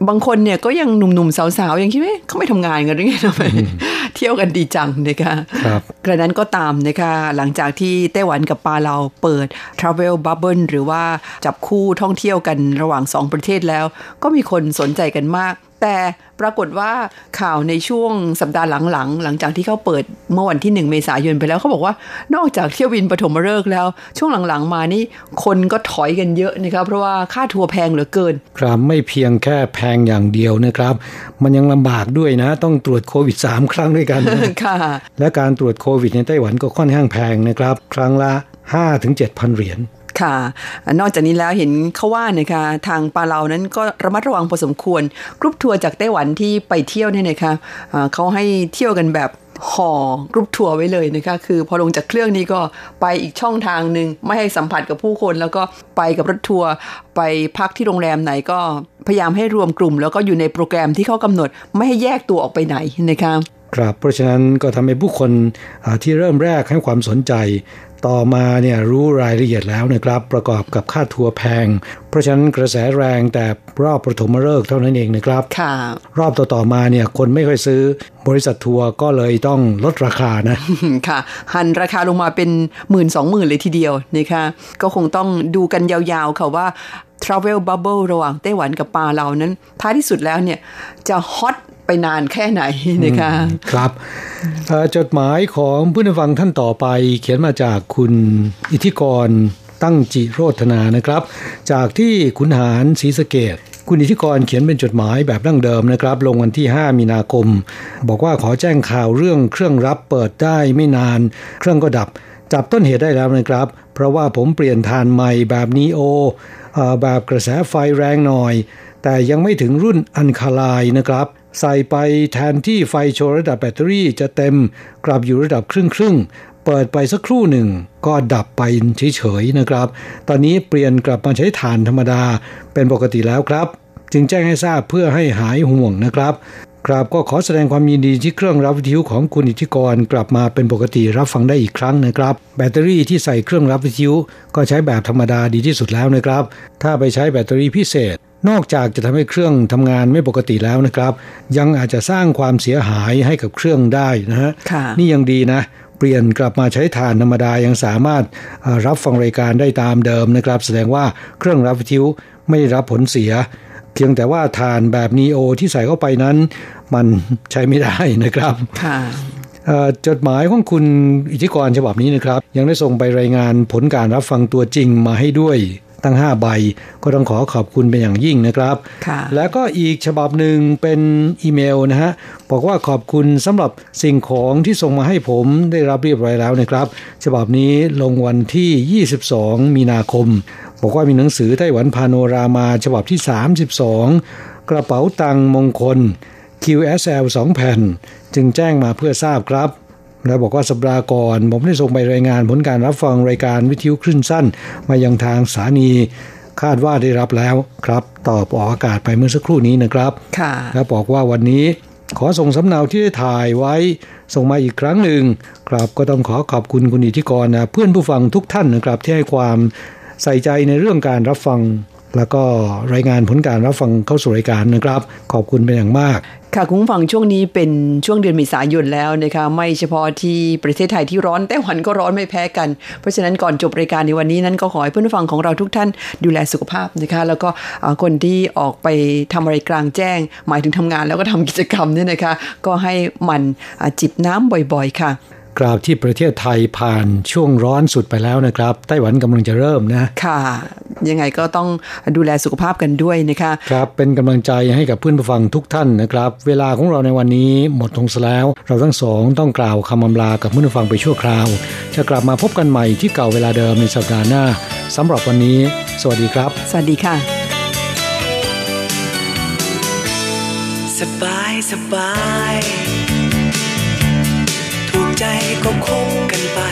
บางคนเนี่ยก็ยังหนุ่มๆสาวๆยังคิดว่าเขาไม่ทำงานกันหรือไงทำไมเที่ยวกันดีจังนะคะครับกระนั้นก็ตามนะคะหลังจากที่ไต้หวันกับปาเลาเปิด Travel Bubble หรือว่าจับคู่ท่องเที่ยวกันระหว่าง2ประเทศแล้วก็มีคนสนใจกันมากแต่ปรากฏว่าข่าวในช่วงสัปดาห์หลังจากที่เขาเปิดเมื่อวันที่1เมษายนไปแล้วเขาบอกว่านอกจากเที่ยวบินปฐมฤกษ์แล้วช่วงหลังๆมานี่คนก็ถอยกันเยอะนะครับเพราะว่าค่าทัวร์แพงเหลือเกินครับไม่เพียงแค่แพงอย่างเดียวนะครับมันยังลำบากด้วยนะต้องตรวจโควิด3ครั้งด้วยกันค่ะและการตรวจโควิดในไต้หวันก็ค่อนข้างแพงนะครับครั้งละ 5-7,000 เหรียญค่ะนอกจากนี้แล้วเห็นเขาว่านะคะทางปาเลานั้นก็ระมัดระวังพอสมควรกรุ๊ปทัวร์จากไต้หวันที่ไปเที่ยวเนี่ยนะคะเขาให้เที่ยวกันแบบห่อกรุ๊ปทัวร์ไว้เลยนะคะคือพอลงจากเครื่องนี้ก็ไปอีกช่องทางนึงไม่ให้สัมผัสกับผู้คนแล้วก็ไปกับรถทัวร์ไปพักที่โรงแรมไหนก็พยายามให้รวมกลุ่มแล้วก็อยู่ในโปรแกรมที่เขากำหนดไม่ให้แยกตัวออกไปไหนนะคะครับเพราะฉะนั้นก็ทำให้ผู้คนที่เริ่มแรกให้ความสนใจต่อมาเนี่ยรู้รายละเอียดแล้วนะครับประกอบกับค่าทัวร์แพงเพราะฉะนั้นกระแสแรงแต่รอบปฐมฤกษ์เท่านั้นเองนะครับค่ะรอบต่อมาเนี่ยคนไม่ค่อยซื้อบริษัททัวร์ก็เลยต้องลดราคานะค่ะหันราคาลงมาเป็น 10,000-20,000 เลยทีเดียวนะคะก็คงต้องดูกันยาวๆค่ะว่า Travel Bubble ระหว่างไต้หวันกับปาเลานั้นท้ายที่สุดแล้วเนี่ยจะฮอตไปนานแค่ไหนนะคะครับจดหมายของผู้ฟังท่านต่อไปเขียนมาจากคุณอิทธิกรตั้งจิโรธนานะครับจากที่ขุนหารศรีสะเกษคุณอิทธิกรเขียนเป็นจดหมายแบบดั้งเดิมนะครับลงวันที่5มีนาคมบอกว่าขอแจ้งข่าวเรื่องเครื่องรับเปิดได้ไม่นานเครื่องก็ดับจับต้นเหตุได้แล้วนะครับเพราะว่าผมเปลี่ยนถ่านใหม่แบบนีโอแบบกระแสไฟแรงหน่อยแต่ยังไม่ถึงรุ่นอันคาไลน์นะครับใส่ไปแทนที่ไฟโชว์ระดับแบตเตอรี่จะเต็มกลับอยู่ระดับครึ่งเปิดไปสักครู่หนึ่งก็ดับไปเฉยๆนะครับตอนนี้เปลี่ยนกลับมาใช้ถ่านธรรมดาเป็นปกติแล้วครับจึงแจ้งให้ทราบเพื่อให้หายห่วงนะครับครับก็ขอแสดงความยินดีที่เครื่องรับวิทยุของคุณอิทธิกรกลับมาเป็นปกติรับฟังได้อีกครั้งนะครับแบตเตอรี่ที่ใส่เครื่องรับวิทยุก็ใช้แบบธรรมดาดีที่สุดแล้วนะครับถ้าไปใช้แบตเตอรี่พิเศษนอกจากจะทำให้เครื่องทำงานไม่ปกติแล้วนะครับยังอาจจะสร้างความเสียหายให้กับเครื่องได้นะฮะนี่ยังดีนะเปลี่ยนกลับมาใช้ถ่านธรรมดายังสามารถรับฟังรายการได้ตามเดิมนะครับแสดงว่าเครื่องรับวิทยุไม่ได้รับผลเสียเพียงแต่ว่าถ่านแบบนีโอที่ใส่เข้าไปนั้นมันใช้ไม่ได้นะครับจดหมายของคุณอิทธิกรฉบับนี้นะครับยังได้ส่งไปรายงานผลการรับฟังตัวจริงมาให้ด้วยตั้ง5ใบก็ต้องขอขอบคุณเป็นอย่างยิ่งนะครับแล้วก็อีกฉบับหนึ่งเป็นอีเมลนะฮะบอกว่าขอบคุณสำหรับสิ่งของที่ส่งมาให้ผมได้รับเรียบร้อยแล้วนะครับฉบับนี้ลงวันที่22มีนาคมบอกว่ามีหนังสือไต้หวันพาโนรามาฉบับที่32กระเป๋าตังค์มงคล QSL 2 แผ่นจึงแจ้งมาเพื่อทราบครับแล้วบอกว่าสัปดาห์ก่อนผมได้ส่งไปรายงานผลการรับฟังรายการวิทยุคลื่นสั้นมายังทางสถานีคาดว่าได้รับแล้วครับตอบออกอากาศไปเมื่อสักครู่นี้นะครับแล้วบอกว่าวันนี้ขอส่งสำเนาที่ได้ถ่ายไว้ส่งมาอีกครั้งหนึ่งครับก็ต้องขอขอบคุณคุณอิทธิกรนะเพื่อนผู้ฟังทุกท่านนะครับที่ให้ความใส่ใจในเรื่องการรับฟังแล้วก็รายงานผลการรับฟังเข้าสู่รายการนะครับขอบคุณเป็นอย่างมากค่ะคุณผู้ฟังช่วงนี้เป็นช่วงเดือนเมษายนแล้วนะคะไม่เฉพาะที่ประเทศไทยที่ร้อนไต้หวันก็ร้อนไม่แพ้กันเพราะฉะนั้นก่อนจบรายการในวันนี้นั้นก็ขอให้เพื่อนผู้ฟังของเราทุกท่านดูแลสุขภาพนะคะแล้วก็คนที่ออกไปทำอะไรกลางแจ้งหมายถึงทำงานแล้วก็ทำกิจกรรมเนี่ยนะคะก็ให้มันจิบน้ำบ่อยๆค่ะกราบที่ประเทศไทยผ่านช่วงร้อนสุดไปแล้วนะครับไต้หวันกำลังจะเริ่มนะค่ะยังไงก็ต้องดูแลสุขภาพกันด้วยนะคะครับเป็นกำลังใจให้กับเพื่อนผู้ฟังทุกท่านนะครับเวลาของเราในวันนี้หมดลงซะแล้วเราทั้งสองต้องกล่าวคำอำลากับเพื่อนผู้ฟังไปชั่วคราวจะกลับมาพบกันใหม่ที่เก่าเวลาเดิมในสัปดาห์หน้าสำหรับวันนี้สวัสดีครับสวัสดีค่ะสบายสบายใจก็คบกันไป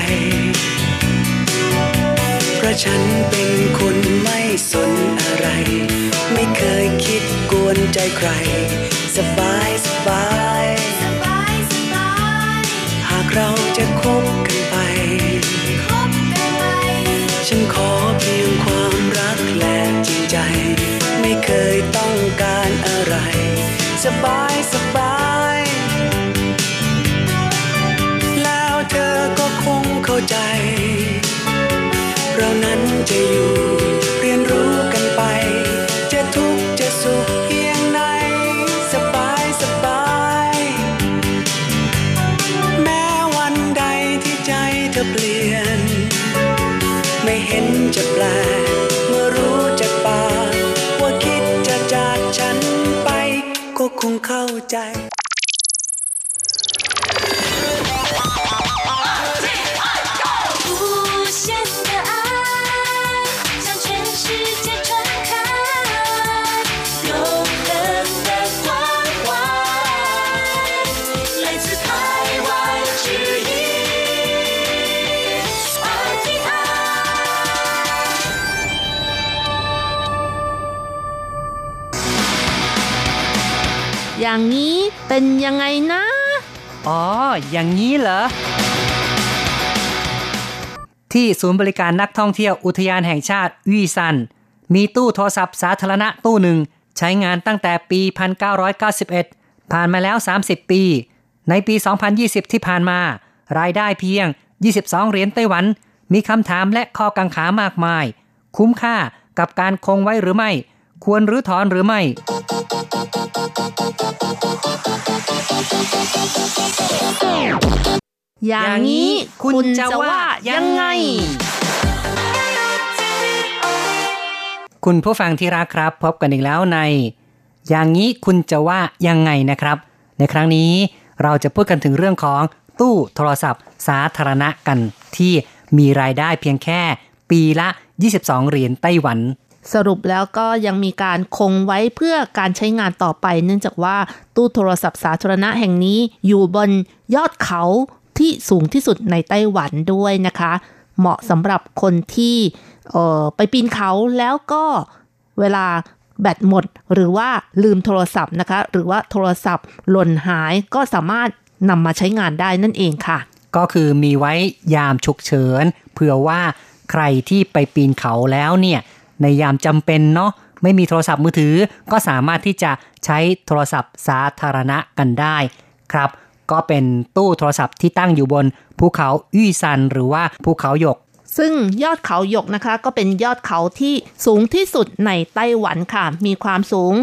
เพราะฉันเป็นคนไม่สนอะไรไม่เคยคิดกวนใจใครสบายสบายหากเราจะคบกันไปฉันขอเพียงความรักและจริงใจไม่เคยต้องการอะไรจะอยู่เรียนรู้กันไปจะทุกข์จะสุขเพียงไหนสบายสบายแม้วันใดที่ใจเธอเปลี่ยนไม่เห็นจะแปลกเมื่อรู้จากปากว่าคิดจะจากฉันไปก็คงเข้าใจอย่างนี้เป็นยังไงนะอ๋ออย่างนี้เหรอที่ศูนย์บริการนักท่องเที่ยวอุทยานแห่งชาติวี่ซันมีตู้โทรศัพท์สาธารณะตู้หนึ่งใช้งานตั้งแต่ปี 1991 ผ่านมาแล้ว30 ปีในปี 2020 ที่ผ่านมารายได้เพียง22เหรียญไต้หวันมีคำถามและข้อกังขามากมายคุ้มค่ากับการคงไว้หรือไม่ควรรื้อถอนหรือไม่อย่างนี้คุณจะว่ายังไงคุณผู้ฟังที่รักครับพบกันอีกแล้วในอย่างนี้คุณจะว่ายังไงนะครับในครั้งนี้เราจะพูดกันถึงเรื่องของตู้โทรศัพท์สาธารณะกันที่มีรายได้เพียงแค่ปีละ22เหรียญไต้หวันสรุปแล้วก็ยังมีการคงไว้เพื่อการใช้งานต่อไปเนื่องจากว่าตู้โทรศัพท์สาธารณะแห่งนี้อยู่บนยอดเขาที่สูงที่สุดในไต้หวันด้วยนะคะเหมาะสำหรับคนที่ไปปีนเขาแล้วก็เวลาแบตหมดหรือว่าลืมโทรศัพท์นะคะหรือว่าโทรศัพท์หล่นหายก็สามารถนำมาใช้งานได้นั่นเองค่ะก็คือมีไว้ยามฉุกเฉินเผื่อว่าใครที่ไปปีนเขาแล้วเนี่ยในยามจำเป็นเนาะไม่มีโทรศัพท์มือถือก็สามารถที่จะใช้โทรศัพท์สาธารณะกันได้ครับก็เป็นตู้โทรศัพท์ที่ตั้งอยู่บนภูเขาอี้ซันหรือว่าภูเขาหยกซึ่งยอดเขาหยกนะคะก็เป็นยอดเขาที่สูงที่สุดในไต้หวันค่ะมีความสูง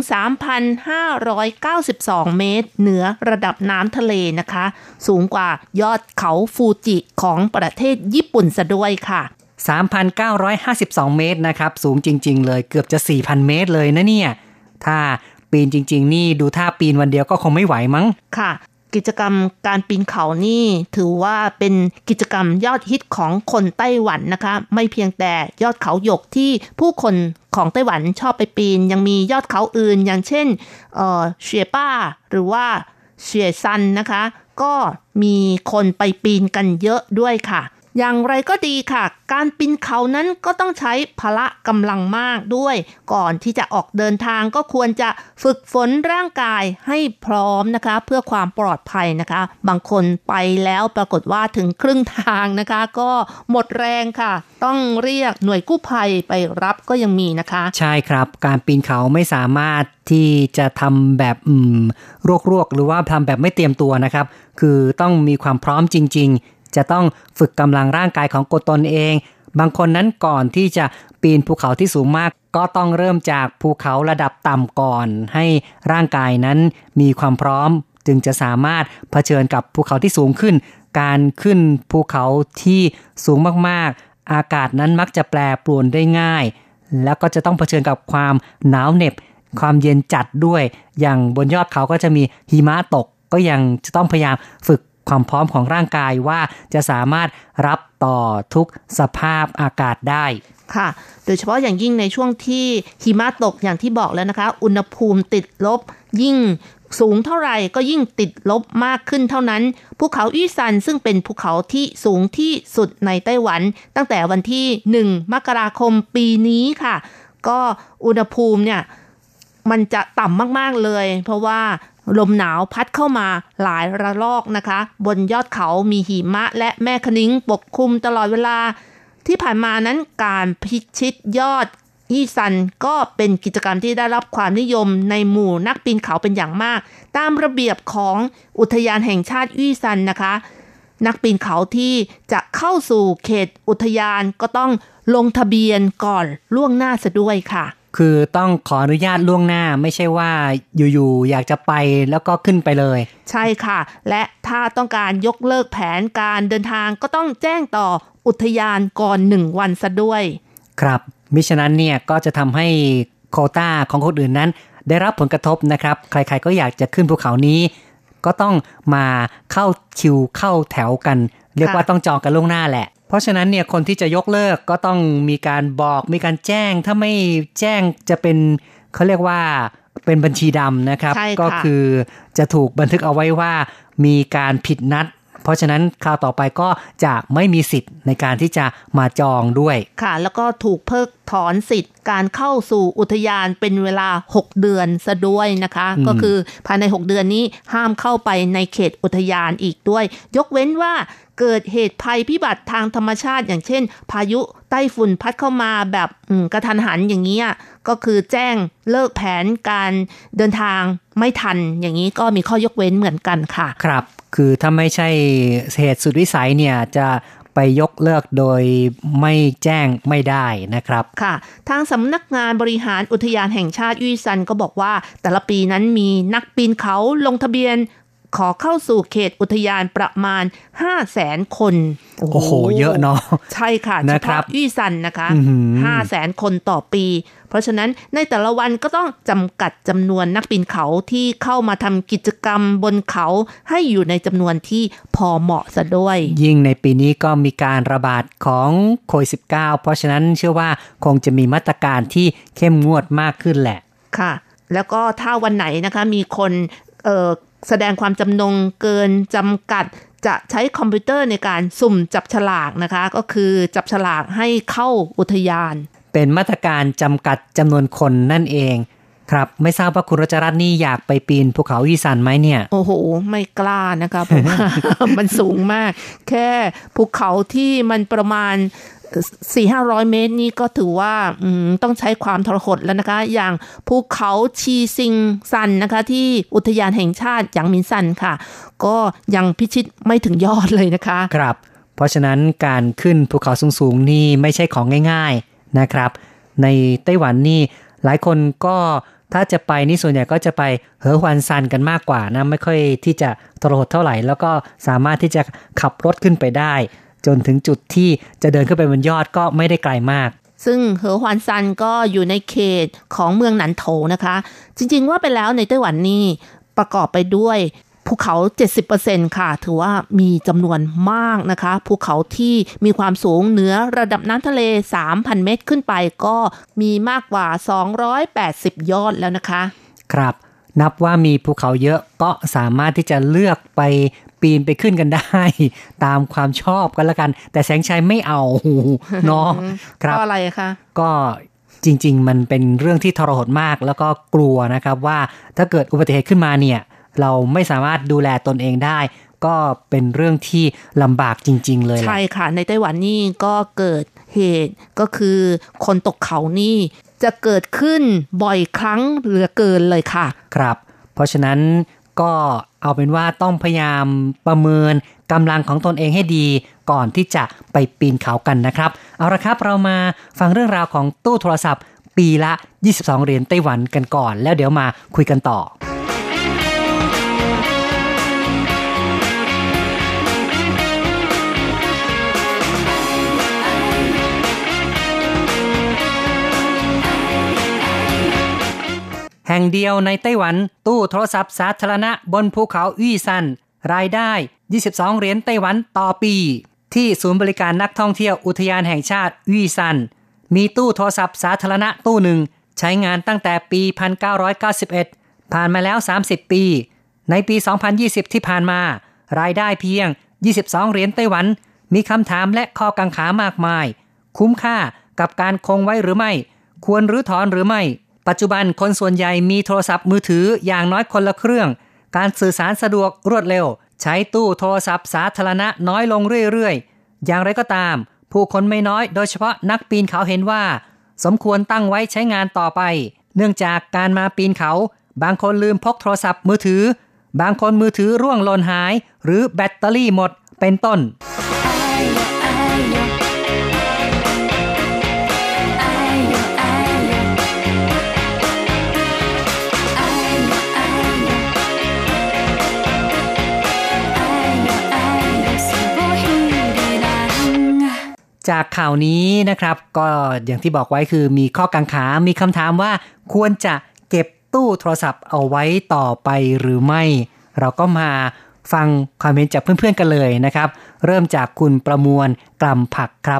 3,592 เมตรเหนือระดับน้ำทะเลนะคะสูงกว่ายอดเขาฟูจิของประเทศญี่ปุ่นซะด้วยค่ะ 3,952 เมตรนะครับสูงจริงๆเลยเกือบจะ 4,000 เมตรเลยนะเนี่ยถ้าปีนจริงๆนี่ดูท่าปีนวันเดียวก็คงไม่ไหวมั้งค่ะกิจกรรมการปีนเขานี่ถือว่าเป็นกิจกรรมยอดฮิตของคนไต้หวันนะคะไม่เพียงแต่ยอดเขาหยกที่ผู้คนของไต้หวันชอบไปปีนยังมียอดเขาอื่นอย่างเช่นเฉียป้าหรือว่าเฉียซันนะคะก็มีคนไปปีนกันเยอะด้วยค่ะอย่างไรก็ดีค่ะการปีนเขานั้นก็ต้องใช้พละกำลังมากด้วยก่อนที่จะออกเดินทางก็ควรจะฝึกฝนร่างกายให้พร้อมนะคะเพื่อความปลอดภัยนะคะบางคนไปแล้วปรากฏว่าถึงครึ่งทางนะคะก็หมดแรงค่ะต้องเรียกหน่วยกู้ภัยไปรับก็ยังมีนะคะใช่ครับการปีนเขาไม่สามารถที่จะทำแบบรวกๆหรือว่าทำแบบไม่เตรียมตัวนะครับคือต้องมีความพร้อมจริงๆจะต้องฝึกกำลังร่างกายของตนเองบางคนนั้นก่อนที่จะปีนภูเขาที่สูงมากก็ต้องเริ่มจากภูเขาระดับต่ำก่อนให้ร่างกายนั้นมีความพร้อมจึงจะสามารถเผชิญกับภูเขาที่สูงขึ้นการขึ้นภูเขาที่สูงมากๆอากาศนั้นมักจะแปรปรวนได้ง่ายแล้วก็จะต้องเผชิญกับความหนาวเหน็บความเย็นจัดด้วยอย่างบนยอดเขาก็จะมีหิมะตกก็ยังจะต้องพยายามฝึกความพร้อมของร่างกายว่าจะสามารถรับต่อทุกสภาพอากาศได้ค่ะโดยเฉพาะอย่างยิ่งในช่วงที่หิมะตกอย่างที่บอกแล้วนะคะอุณหภูมิติดลบยิ่งสูงเท่าไหร่ก็ยิ่งติดลบมากขึ้นเท่านั้นภูเขาอี้ซันซึ่งเป็นภูเขาที่สูงที่สุดในไต้หวันตั้งแต่วันที่1มกราคมปีนี้ค่ะก็อุณหภูมิเนี่ยมันจะต่ำมากๆเลยเพราะว่าลมหนาวพัดเข้ามาหลายระลอกนะคะบนยอดเขามีหิมะและแม่คะนิ้งปกคลุมตลอดเวลาที่ผ่านมานั้นการพิชิตยอดอี้ซันก็เป็นกิจกรรมที่ได้รับความนิยมในหมู่นักปีนเขาเป็นอย่างมากตามระเบียบของอุทยานแห่งชาติอี้ซันนะคะนักปีนเขาที่จะเข้าสู่เขตอุทยานก็ต้องลงทะเบียนก่อนล่วงหน้าซะด้วยค่ะคือต้องขออนุญาตล่วงหน้าไม่ใช่ว่าอยู่ๆอยากจะไปแล้วก็ขึ้นไปเลยใช่ค่ะและถ้าต้องการยกเลิกแผนการเดินทางก็ต้องแจ้งต่ออุทยานก่อน1วันซะด้วยครับมิฉะนั้นเนี่ยก็จะทำให้โควต้าของคนอื่นนั้นได้รับผลกระทบนะครับใครๆก็อยากจะขึ้นภูเขานี้ก็ต้องมาเข้าคิวเข้าแถวกันเรียกว่าต้องจองกันล่วงหน้าแหละเพราะฉะนั้นเนี่ยคนที่จะยกเลิกก็ต้องมีการบอกมีการแจ้งถ้าไม่แจ้งจะเป็นเขาเรียกว่าเป็นบัญชีดำนะครับก็คือจะถูกบันทึกเอาไว้ว่ามีการผิดนัดเพราะฉะนั้นคราวต่อไปก็จะไม่มีสิทธิ์ในการที่จะมาจองด้วยค่ะแล้วก็ถูกเพิกถอนสิทธิ์การเข้าสู่อุทยานเป็นเวลา6เดือนซะด้วยนะคะก็คือภายใน6เดือนนี้ห้ามเข้าไปในเขตอุทยานอีกด้วยยกเว้นว่าเกิดเหตุภัยพิบัติทางธรรมชาติอย่างเช่นพายุไต้ฝุ่นพัดเข้ามาแบบกระทันหันอย่างนี้ก็คือแจ้งเลิกแผนการเดินทางไม่ทันอย่างนี้ก็มีข้อยกเว้นเหมือนกันค่ะครับคือถ้าไม่ใช่เหตุสุดวิสัยเนี่ยจะไปยกเลิกโดยไม่แจ้งไม่ได้นะครับค่ะทางสำนักงานบริหารอุทยานแห่งชาติอี้ซันก็บอกว่าแต่ละปีนั้นมีนักปีนเขาลงทะเบียนขอเข้าสู่เขตอุทยานประมาณ 500,000 คนโอ้โหเยอะเนาะใช่ค่ะเฉพาะอี้ซันนะคะ 500,000 คนต่อปีเพราะฉะนั้นในแต่ละวันก็ต้องจำกัดจำนวนนักปีนเขาที่เข้ามาทำกิจกรรมบนเขาให้อยู่ในจำนวนที่พอเหมาะซะด้วยยิ่งในปีนี้ก็มีการระบาดของโควิด -19 เพราะฉะนั้นเชื่อว่าคงจะมีมาตรการที่เข้มงวดมากขึ้นแหละค่ะแล้วก็ถ้าวันไหนนะคะมีคนแสดงความจำนงเกินจำกัดจะใช้คอมพิวเตอร์ในการสุ่มจับฉลากนะคะก็คือจับฉลากให้เข้าอุทยานเป็นมาตรการจำกัดจำนวนคนนั่นเองครับไม่ทราบว่าคุณรัชรัตน์นี่อยากไปปีนภูเขาอี้ซันไหมเนี่ยโอ้โหไม่กล้านะคะผม มันสูงมากแค่ภูเขาที่มันประมาณ400-500 เมตรนี่ก็ถือว่าต้องใช้ความทรหดแล้วนะคะอย่างภูเขาชีซิงซันนะคะที่อุทยานแห่งชาติหยางหมินซันค่ะก็ยังพิชิตไม่ถึงยอดเลยนะคะครับเพราะฉะนั้นการขึ้นภูเขาสูงๆนี่ไม่ใช่ของง่ายๆนะครับในไต้หวันนี่หลายคนก็ถ้าจะไปนี่ส่วนใหญ่ก็จะไปเหอหวันซันกันมากกว่านะไม่ค่อยที่จะทรหดเท่าไหร่แล้วก็สามารถที่จะขับรถขึ้นไปได้จนถึงจุดที่จะเดินขึ้นไปบนยอดก็ไม่ได้ไกลมากซึ่งเหอหวันซันก็อยู่ในเขตของเมืองหนันโถนะคะจริงๆว่าไปแล้วในไต้หวันนี่ประกอบไปด้วยภูเขา 70% ค่ะถือว่ามีจำนวนมากนะคะภูเขาที่มีความสูงเหนือระดับน้ำทะเล 3,000 เมตรขึ้นไปก็มีมากกว่า280ยอดแล้วนะคะครับนับว่ามีภูเขาเยอะก็สามารถที่จะเลือกไปปีนไปขึ้นกันได้ตามความชอบกันละกันแต่แสงชัยไม่เอาเนาะครับเพราะอะไรคะก็จริงๆมันเป็นเรื่องที่ทรหดมากแล้วก็กลัวนะครับว่าถ้าเกิดอุบัติเหตุขึ้นมาเนี่ยเราไม่สามารถดูแลตนเองได้ก็เป็นเรื่องที่ลำบากจริงๆเลยใช่ค่ะในไต้หวันนี่ก็เกิดเหตุก็คือคนตกเขานี่จะเกิดขึ้นบ่อยครั้งเหลือเกินเลยค่ะครับเพราะฉะนั้นก็เอาเป็นว่าต้องพยายามประเมินกำลังของตนเองให้ดีก่อนที่จะไปปีนเขากันนะครับเอาละครับเรามาฟังเรื่องราวของตู้โทรศัพท์ปีละ22เหรียญไต้หวันกันก่อนแล้วเดี๋ยวมาคุยกันต่อแห่งเดียวในไต้หวันตู้โทรศัพท์สาธารณะบนภูเขาอี้ซันรายได้22เหรียญไต้หวันต่อปีที่ศูนย์บริการนักท่องเที่ยวอุทยานแห่งชาติอี้ซันมีตู้โทรศัพท์สาธารณะตู้หนึ่งใช้งานตั้งแต่ปี1991ผ่านมาแล้ว30ปีในปี2020ที่ผ่านมารายได้เพียง22เหรียญไต้หวันมีคำถามและข้อกังขามากมายคุ้มค่ากับการคงไว้หรือไม่ควรรื้อถอนหรือไม่ปัจจุบันคนส่วนใหญ่มีโทรศัพท์มือถืออย่างน้อยคนละเครื่องการสื่อสารสะดวกรวดเร็วใช้ตู้โทรศัพท์สาธารณะน้อยลงเรื่อยๆอย่างไรก็ตามผู้คนไม่น้อยโดยเฉพาะนักปีนเขาเห็นว่าสมควรตั้งไว้ใช้งานต่อไปเนื่องจากการมาปีนเขาบางคนลืมพกโทรศัพท์มือถือบางคนมือถือร่วงหล่นหายหรือแบตเตอรี่หมดเป็นต้นจากข่าวนี้นะครับก็อย่างที่บอกไว้คือมีข้อกังขามีคำถามว่าควรจะเก็บตู้โทรศัพท์เอาไว้ต่อไปหรือไม่เราก็มาฟังความเห็นจากเพื่อนๆกันเลยนะครับเริ่มจากคุณประมวลกล่ำผักครับ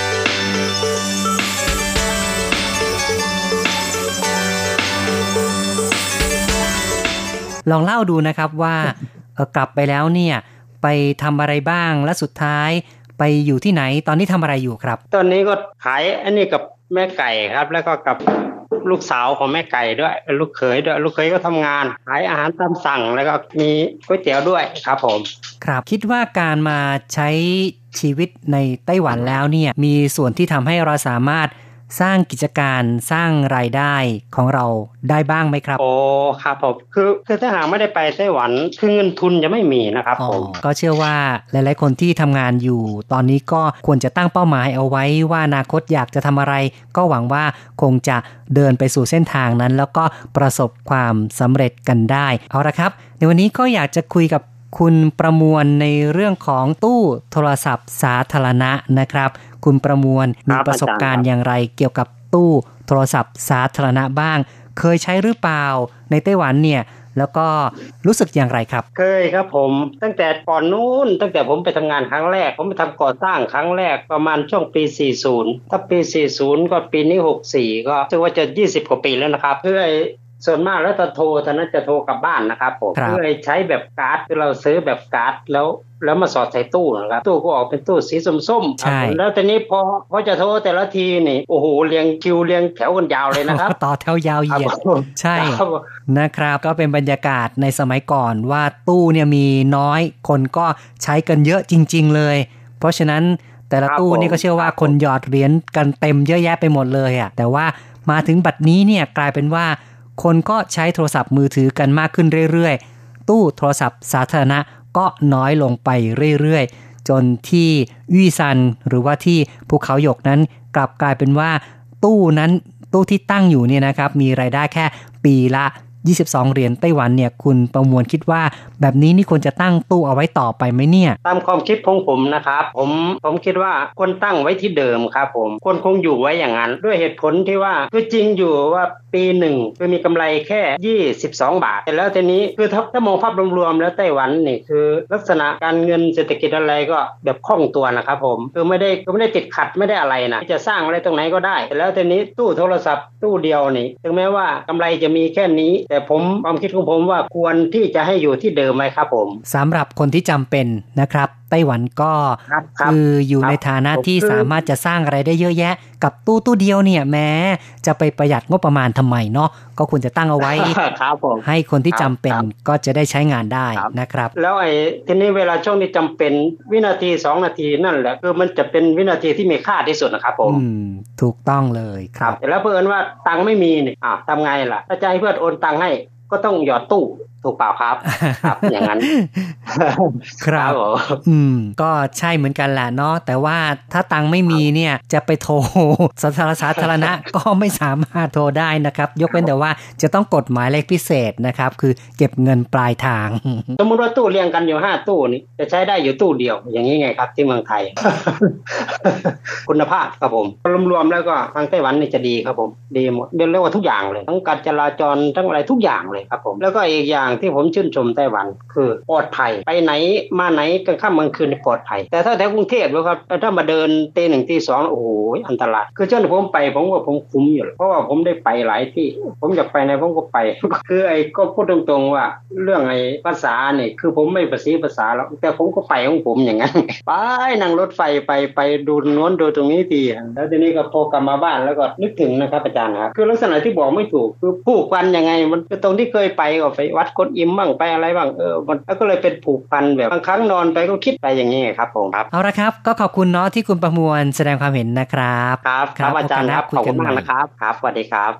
ลองเล่าดูนะครับว่ากลับไปแล้วเนี่ยไปทำอะไรบ้างและสุดท้ายไปอยู่ที่ไหนตอนนี้ทำอะไรอยู่ครับตอนนี้ก็ขายอันนี้กับแม่ไก่ครับแล้วก็กับลูกสาวของแม่ไก่ด้วยลูกเขยด้วยลูกเขยก็ทำงานขายอาหารตามสั่งแล้วก็มีก๋วยเตี๋ยวด้วยครับผมครับคิดว่าการมาใช้ชีวิตในไต้หวันแล้วเนี่ยมีส่วนที่ทำให้เราสามารถสร้างกิจการสร้างรายได้ของเราได้บ้างไหมครับโอ้ครับผมคือถ้าหากไม่ได้ไปไต้หวันคือเงินทุนจะไม่มีนะครับผมก็เชื่อว่าหลายๆคนที่ทำงานอยู่ตอนนี้ก็ควรจะตั้งเป้าหมายเอาไว้ว่าอนาคตอยากจะทำอะไรก็หวังว่าคงจะเดินไปสู่เส้นทางนั้นแล้วก็ประสบความสำเร็จกันได้เอาละครับในวันนี้ก็อยากจะคุยกับคุณประมวลในเรื่องของตู้โทรศัพท์สาธารณะนะครับคุณประมวลมีประสบการณ์อย่างไรเกี่ยวกับตู้โทรศัพท์สาธารณะบ้างเคยใช้หรือเปล่าในไต้หวันเนี่ยแล้วก็รู้สึกอย่างไรครับเคยครับผมตั้งแต่ก่อนนู้นตั้งแต่ผมไปทำงานครั้งแรกผมไปทำก่อสร้างครั้งแรกประมาณช่วงปี40ถ้าปี40ก็ปีนี้64ก็ถือว่าจะ20กว่าปีแล้วนะครับเพื่อส่วนมากแล้วจะโทรตอนนั้นจะโทรกลับบ้านนะครับผมเพื่อใช้แบบการ์ดคือเราซื้อแบบการ์ดแล้วมาสอดใส่ตู้นะครับตู้ก็ออกเป็นตู้สีส้มๆแล้วตอนนี้พอจะโทรแต่ละทีนี่โอ้โหเรียงคิวเรียงแถวกันยาวเลยนะครับต่อแถวยาวเหยียดใช่นะครับก็เป็นบรรยากาศในสมัยก่อนว่าตู้เนี่ยมีน้อยคนก็ใช้กันเยอะจริงๆเลยเพราะฉะนั้นแต่ละตู้นี่ก็เชื่อว่าคนหยอดเหรียญกันเต็มเยอะแยะไปหมดเลยอ่ะแต่ว่ามาถึงบัดนี้เนี่ยกลายเป็นว่าคนก็ใช้โทรศัพท์มือถือกันมากขึ้นเรื่อยๆตู้โทรศัพท์สาธารณะก็น้อยลงไปเรื่อยๆจนที่วี่ซันหรือว่าที่ภูเขาหยกนั้นกลับกลายเป็นว่าตู้ที่ตั้งอยู่เนี่ยนะครับมีรายได้แค่ปีละ22เหรียญไต้หวันเนี่ยคุณประมวลคิดว่าแบบนี้นี่ควรจะตั้งตู้เอาไว้ต่อไปไหมเนี่ยตามความคิดของผมนะครับผมคิดว่าควรตั้งไว้ที่เดิมครับผมควรคงอยู่ไว้อย่างนั้นด้วยเหตุผลที่ว่าคือจริงอยู่ว่าปีหนึ่งคือมีกำไรแค่22 บาทแต่แล้วทีนี้คือถ้ามองภาพรวมๆแล้วไต้หวันนี่คือลักษณะการเงินเศรษฐกิจอะไรก็แบบคล่องตัวนะครับผมคือไม่ได้ติดขัดไม่ได้อะไรนะจะสร้างอะไรตรงไหนก็ได้แต่แล้วทีนี้ตู้โทรศัพท์ตู้เดียวนี่ถึงแม้ว่ากำไรจะมีแค่นี้แต่ความคิดของผมว่าควรที่จะให้อยู่ที่เดิมไหมครับผมสำหรับคนที่จำเป็นนะครับไต้หวันก็คืออยู่ในฐานะที่สามารถจะสร้างอะไรได้เยอะแยะกับตู้เดียวเนี่ยแม้จะไปประหยัดงบประมาณทำไมเนาะก็ควรจะตั้งเอาไว้ให้คนที่จำเป็นก็จะได้ใช้งานได้นะครับแล้วทีนี้เวลาช่วงที่จำเป็นวินาที2นาทีนั่นแหละคือมันจะเป็นวินาทีที่มีค่าที่สุดนะครับผมถูกต้องเลยครับแต่แล้วเพื่อนว่าตังค์ไม่มีนี่ทำไงล่ะถ้าจะให้เพื่อนโอนตังค์ให้ก็ต้องหยอดตู้ถูกเปล่าครับครับอย่างนั้นครับก็ใช่เหมือนกันแหละเนาะแต่ว่าถ้าตังค์ไม่มีเนี่ยจะไปโทรสาธารณะก็ไม่สามารถโทรได้นะครับยกเว้นแต่ว่าจะต้องกดหมายเลขพิเศษนะครับคือเก็บเงินปลายทางสมมุติว่าตู้เรียงกันอยู่5ตู้นี่จะใช้ได้อยู่ตู้เดียวอย่างนี้ไงครับที่เมืองไทยคุณภาพครับผมรวมๆแล้วก็ทางไต้หวันนี่จะดีครับผมดีหมดเรียกว่าทุกอย่างเลยทั้งการจราจรทั้งอะไรทุกอย่างเลยครับผมแล้วก็อีกอย่างที่ผมชื่นชมไต้หวันคือปลอดภัยไปไหนมาไหนกลางค่ำกลางคืนปลอดภัยแต่ถ้าแถวกรุงเทพนะครับถ้ามาเดินตี 1 ตี 2โอ้โหอันตรายคือช่วงที่ผมไปผมว่าผมคุ้มอยู่เพราะว่าผมได้ไปหลายที่ผมอยากไปไหนผมก็ไปคือก็พูดตรงๆว่าเรื่องภาษาเนี่ยคือผมไม่ภาษาแล้วแต่ผมก็ไปของผมอย่างนั้นไปนั่งรถไฟไปดูโน้นดูตรงนี้ทีแล้วทีนี้ก็พอกลับมาบ้านแล้วก็นึกถึงนะครับอาจารย์ครับคือลักษณะที่บอกไม่ถูกคือผูกพันยังไงมันตรงที่เคยไปก็ไปวัดกดอิ่มบ้างไปอะไรบ้างมันก็เลยเป็นผูกพันแบบบางครั้งนอนไปก็คิดไปอย่างนี้ครับผมครับเอาละครับก็ขอบคุณเนาะที่คุณประมวลแสดงความเห็นนะครับครับอาจารย์ครับขอบคุณมากนะครับครับสวัสดีครับ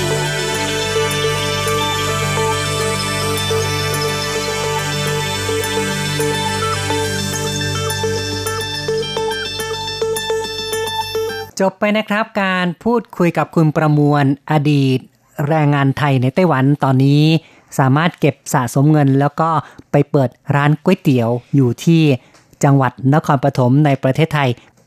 จบไปนะครับการพูดคุยกับคุณประมวลอดีตแรงงานไทยในไต้หวันตอนนี้สามารถเก็บสะสมเงินแล้วก็ไปเปิดร้านก๋วยเตี๋ยวอยู่ที่จังหวัดนครปฐมในประเทศไทย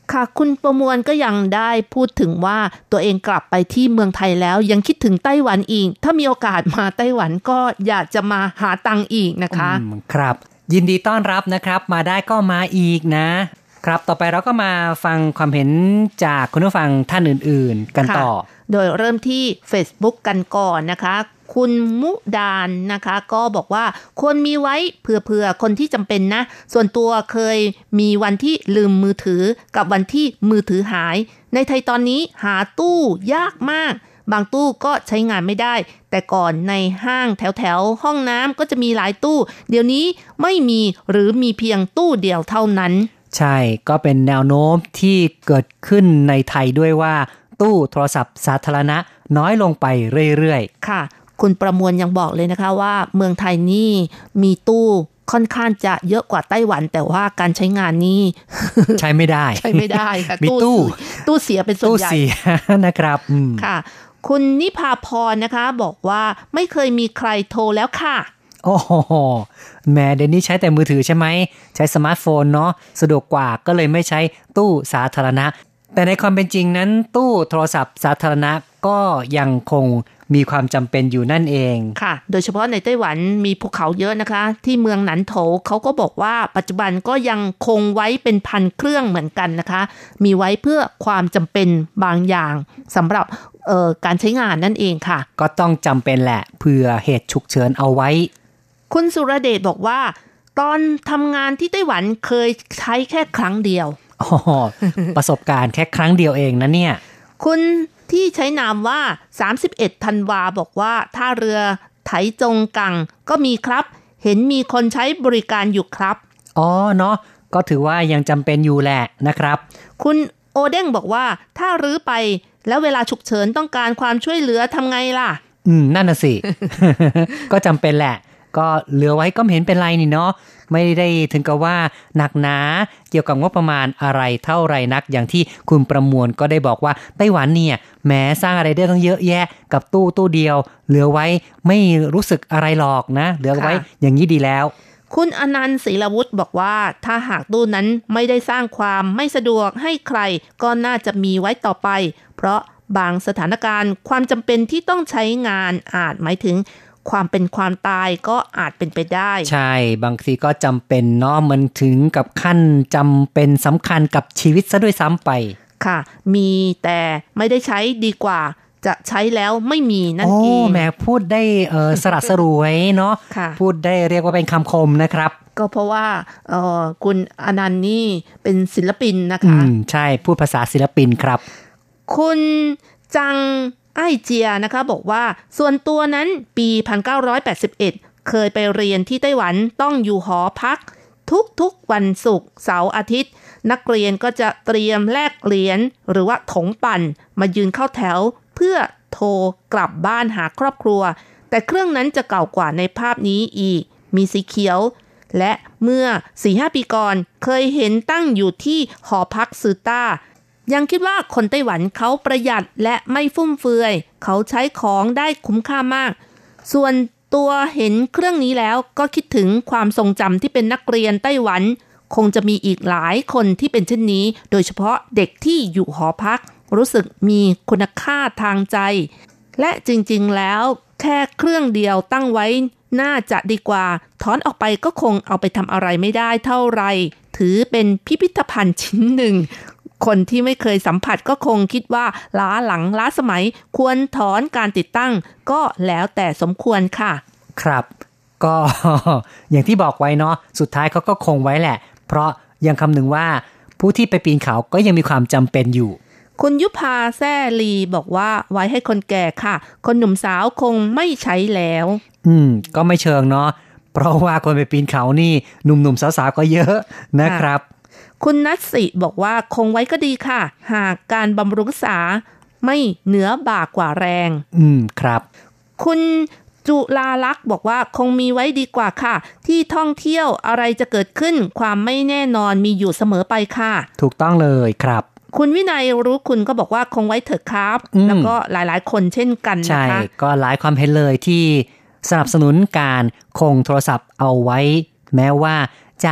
ค่ะคุณประมวลก็ยังได้พูดถึงว่าตัวเองกลับไปที่เมืองไทยแล้วยังคิดถึงไต้หวันอีกถ้ามีโอกาสมาไต้หวันก็อยากจะมาหาตังค์อีกนะคะครับยินดีต้อนรับนะครับมาได้ก็มาอีกนะครับต่อไปเราก็มาฟังความเห็นจากคุณผู้ฟังท่านอื่นๆกันต่อโดยเริ่มที่ Facebook กันก่อนนะคะคุณมุดานนะคะก็บอกว่าควรมีไว้เผื่อคนที่จำเป็นนะส่วนตัวเคยมีวันที่ลืมมือถือกับวันที่มือถือหายในไทยตอนนี้หาตู้ยากมากบางตู้ก็ใช้งานไม่ได้แต่ก่อนในห้างแถวห้องน้ำก็จะมีหลายตู้เดี๋ยวนี้ไม่มีหรือมีเพียงตู้เดียวเท่านั้นใช่ก็เป็นแนวโน้มที่เกิดขึ้นในไทยด้วยว่าตู้โทรศัพท์สาธารณะน้อยลงไปเรื่อยๆค่ะคุณประมวลยังบอกเลยนะคะว่าเมืองไทยนี่มีตู้ค่อนข้างจะเยอะกว่าไต้หวันแต่ว่าการใช้งานนี่ใช้ไม่ได้ค่ะมีตู้เสียเป็นส่วนใหญ่ตู้เสียนะครับค่ะคุณนิพาพรนะคะบอกว่าไม่เคยมีใครโทรแล้วค่ะโอ้โหแม่เดี๋ยวนี้ใช้แต่มือถือใช่ไหมใช้สมาร์ทโฟนเนาะสะดวกกว่าก็เลยไม่ใช้ตู้สาธารณะแต่ในความเป็นจริงนั้นตู้โทรศัพท์สาธารณะก็ยังคงมีความจำเป็นอยู่นั่นเองค่ะโดยเฉพาะในไต้หวันมีภูเขาเยอะนะคะที่เมืองหนันโถเขาก็บอกว่าปัจจุบันก็ยังคงไว้เป็นพันเครื่องเหมือนกันนะคะมีไว้เพื่อความจำเป็นบางอย่างสำหรับการใช้งานนั่นเองค่ะก็ต้องจำเป็นแหละเพื่อเหตุฉุกเฉินเอาไว้คุณสุรเดชบอกว่าตอนทำงานที่ไต้หวันเคยใช้แค่ครั้งเดียวประสบการณ์แค่ครั้งเดียวเองนะเนี่ยคุณที่ใช้นามว่า31ธันวาบอกว่าท่าเรือไถจงกังก็มีครับเห็นมีคนใช้บริการอยู่ครับอ๋อเนาะก็ถือว่ายังจำเป็นอยู่แหละนะครับคุณโอเด้งบอกว่าถ้ารื้อไปแล้วเวลาฉุกเฉินต้องการความช่วยเหลือทำไงล่ะนั่นน่ะสิ ก็จำเป็นแหละก็เหลือไว้ก็เห็นเป็นไรนี่เนาะไม่ได้ถึงกับว่าหนักหนาเกี่ยวกับงบประมาณอะไรเท่าไรนักอย่างที่คุณประมวลก็ได้บอกว่าไต้หวันเนี่ยแม้สร้างอะไรได้ต้องเยอะแยะกับตู้เดียวเหลือไว้ไม่รู้สึกอะไรหรอกนะเหลือไว้อย่างนี้ดีแล้วคุณอนันต์ศิลวุฒิบอกว่าถ้าหากตู้นั้นไม่ได้สร้างความไม่สะดวกให้ใครก็น่าจะมีไว้ต่อไปเพราะบางสถานการณ์ความจำเป็นที่ต้องใช้งานอาจหมายถึงความเป็นความตายก็อาจเป็นไปได้ใช่บางทีก็จำเป็นเนาะมันถึงกับขั้นจำเป็นสำคัญกับชีวิตซะด้วยซ้ำไปค่ะมีแต่ไม่ได้ใช้ดีกว่าจะใช้แล้วไม่มีนั่นเองแหมพูดได้สระสรวยเนาะพูดได้เรียกว่าเป็นคำคมนะครับก็เพราะว่าคุณอนันต์นี่เป็นศิลปินนะคะใช่พูดภาษาศิลปินครับคุณจังไอเจียนะคะบอกว่าส่วนตัวนั้นปี1981เคยไปเรียนที่ไต้หวันต้องอยู่หอพักทุกวันศุกร์เสาร์อาทิตย์นักเรียนก็จะเตรียมแลกเหรียญหรือว่าถงปั่นมายืนเข้าแถวเพื่อโทรกลับบ้านหาครอบครัวแต่เครื่องนั้นจะเก่ากว่าในภาพนี้อีกมีสีเขียวและเมื่อ 4-5 ปีก่อนเคยเห็นตั้งอยู่ที่หอพักซือต้ายังคิดว่าคนไต้หวันเขาประหยัดและไม่ฟุ่มเฟือยเขาใช้ของได้คุ้มค่ามากส่วนตัวเห็นเครื่องนี้แล้วก็คิดถึงความทรงจำที่เป็นนักเรียนไต้หวันคงจะมีอีกหลายคนที่เป็นเช่นนี้โดยเฉพาะเด็กที่อยู่หอพักรู้สึกมีคุณค่าทางใจและจริงๆแล้วแค่เครื่องเดียวตั้งไว้น่าจะดีกว่าถอนออกไปก็คงเอาไปทำอะไรไม่ได้เท่าไรถือเป็นพิพิธภัณฑ์ชิ้นหนึ่งคนที่ไม่เคยสัมผัสก็คงคิดว่าล้าหลังล้าสมัยควรถอนการติดตั้งก็แล้วแต่สมควรค่ะครับก็อย่างที่บอกไว้เนาะสุดท้ายเขาก็คงไว้แหละเพราะยังคำนึงว่าผู้ที่ไปปีนเขาก็ยังมีความจำเป็นอยู่คุณยุพาแซ่ลีบอกว่าไว้ให้คนแก่ค่ะคนหนุ่มสาวคงไม่ใช้แล้วก็ไม่เชิงเนาะเพราะว่าคนไปปีนเขานี่หนุ่มๆสาวๆก็เยอะนะครับคุณนัทสิบอกว่าคงไว้ก็ดีค่ะหากการบำรุงรักษาไม่เหนือบ่ากว่าแรงครับคุณจุลาลักษณ์บอกว่าคงมีไว้ดีกว่าค่ะที่ท่องเที่ยวอะไรจะเกิดขึ้นความไม่แน่นอนมีอยู่เสมอไปค่ะถูกต้องเลยครับคุณวินัยรู้คุณก็บอกว่าคงไว้เถอะครับแล้วก็หลายๆคนเช่นกันนะคะใช่ก็หลายความเห็นเลยที่สนับสนุนการคงโทรศัพท์เอาไว้แม้ว่าจะ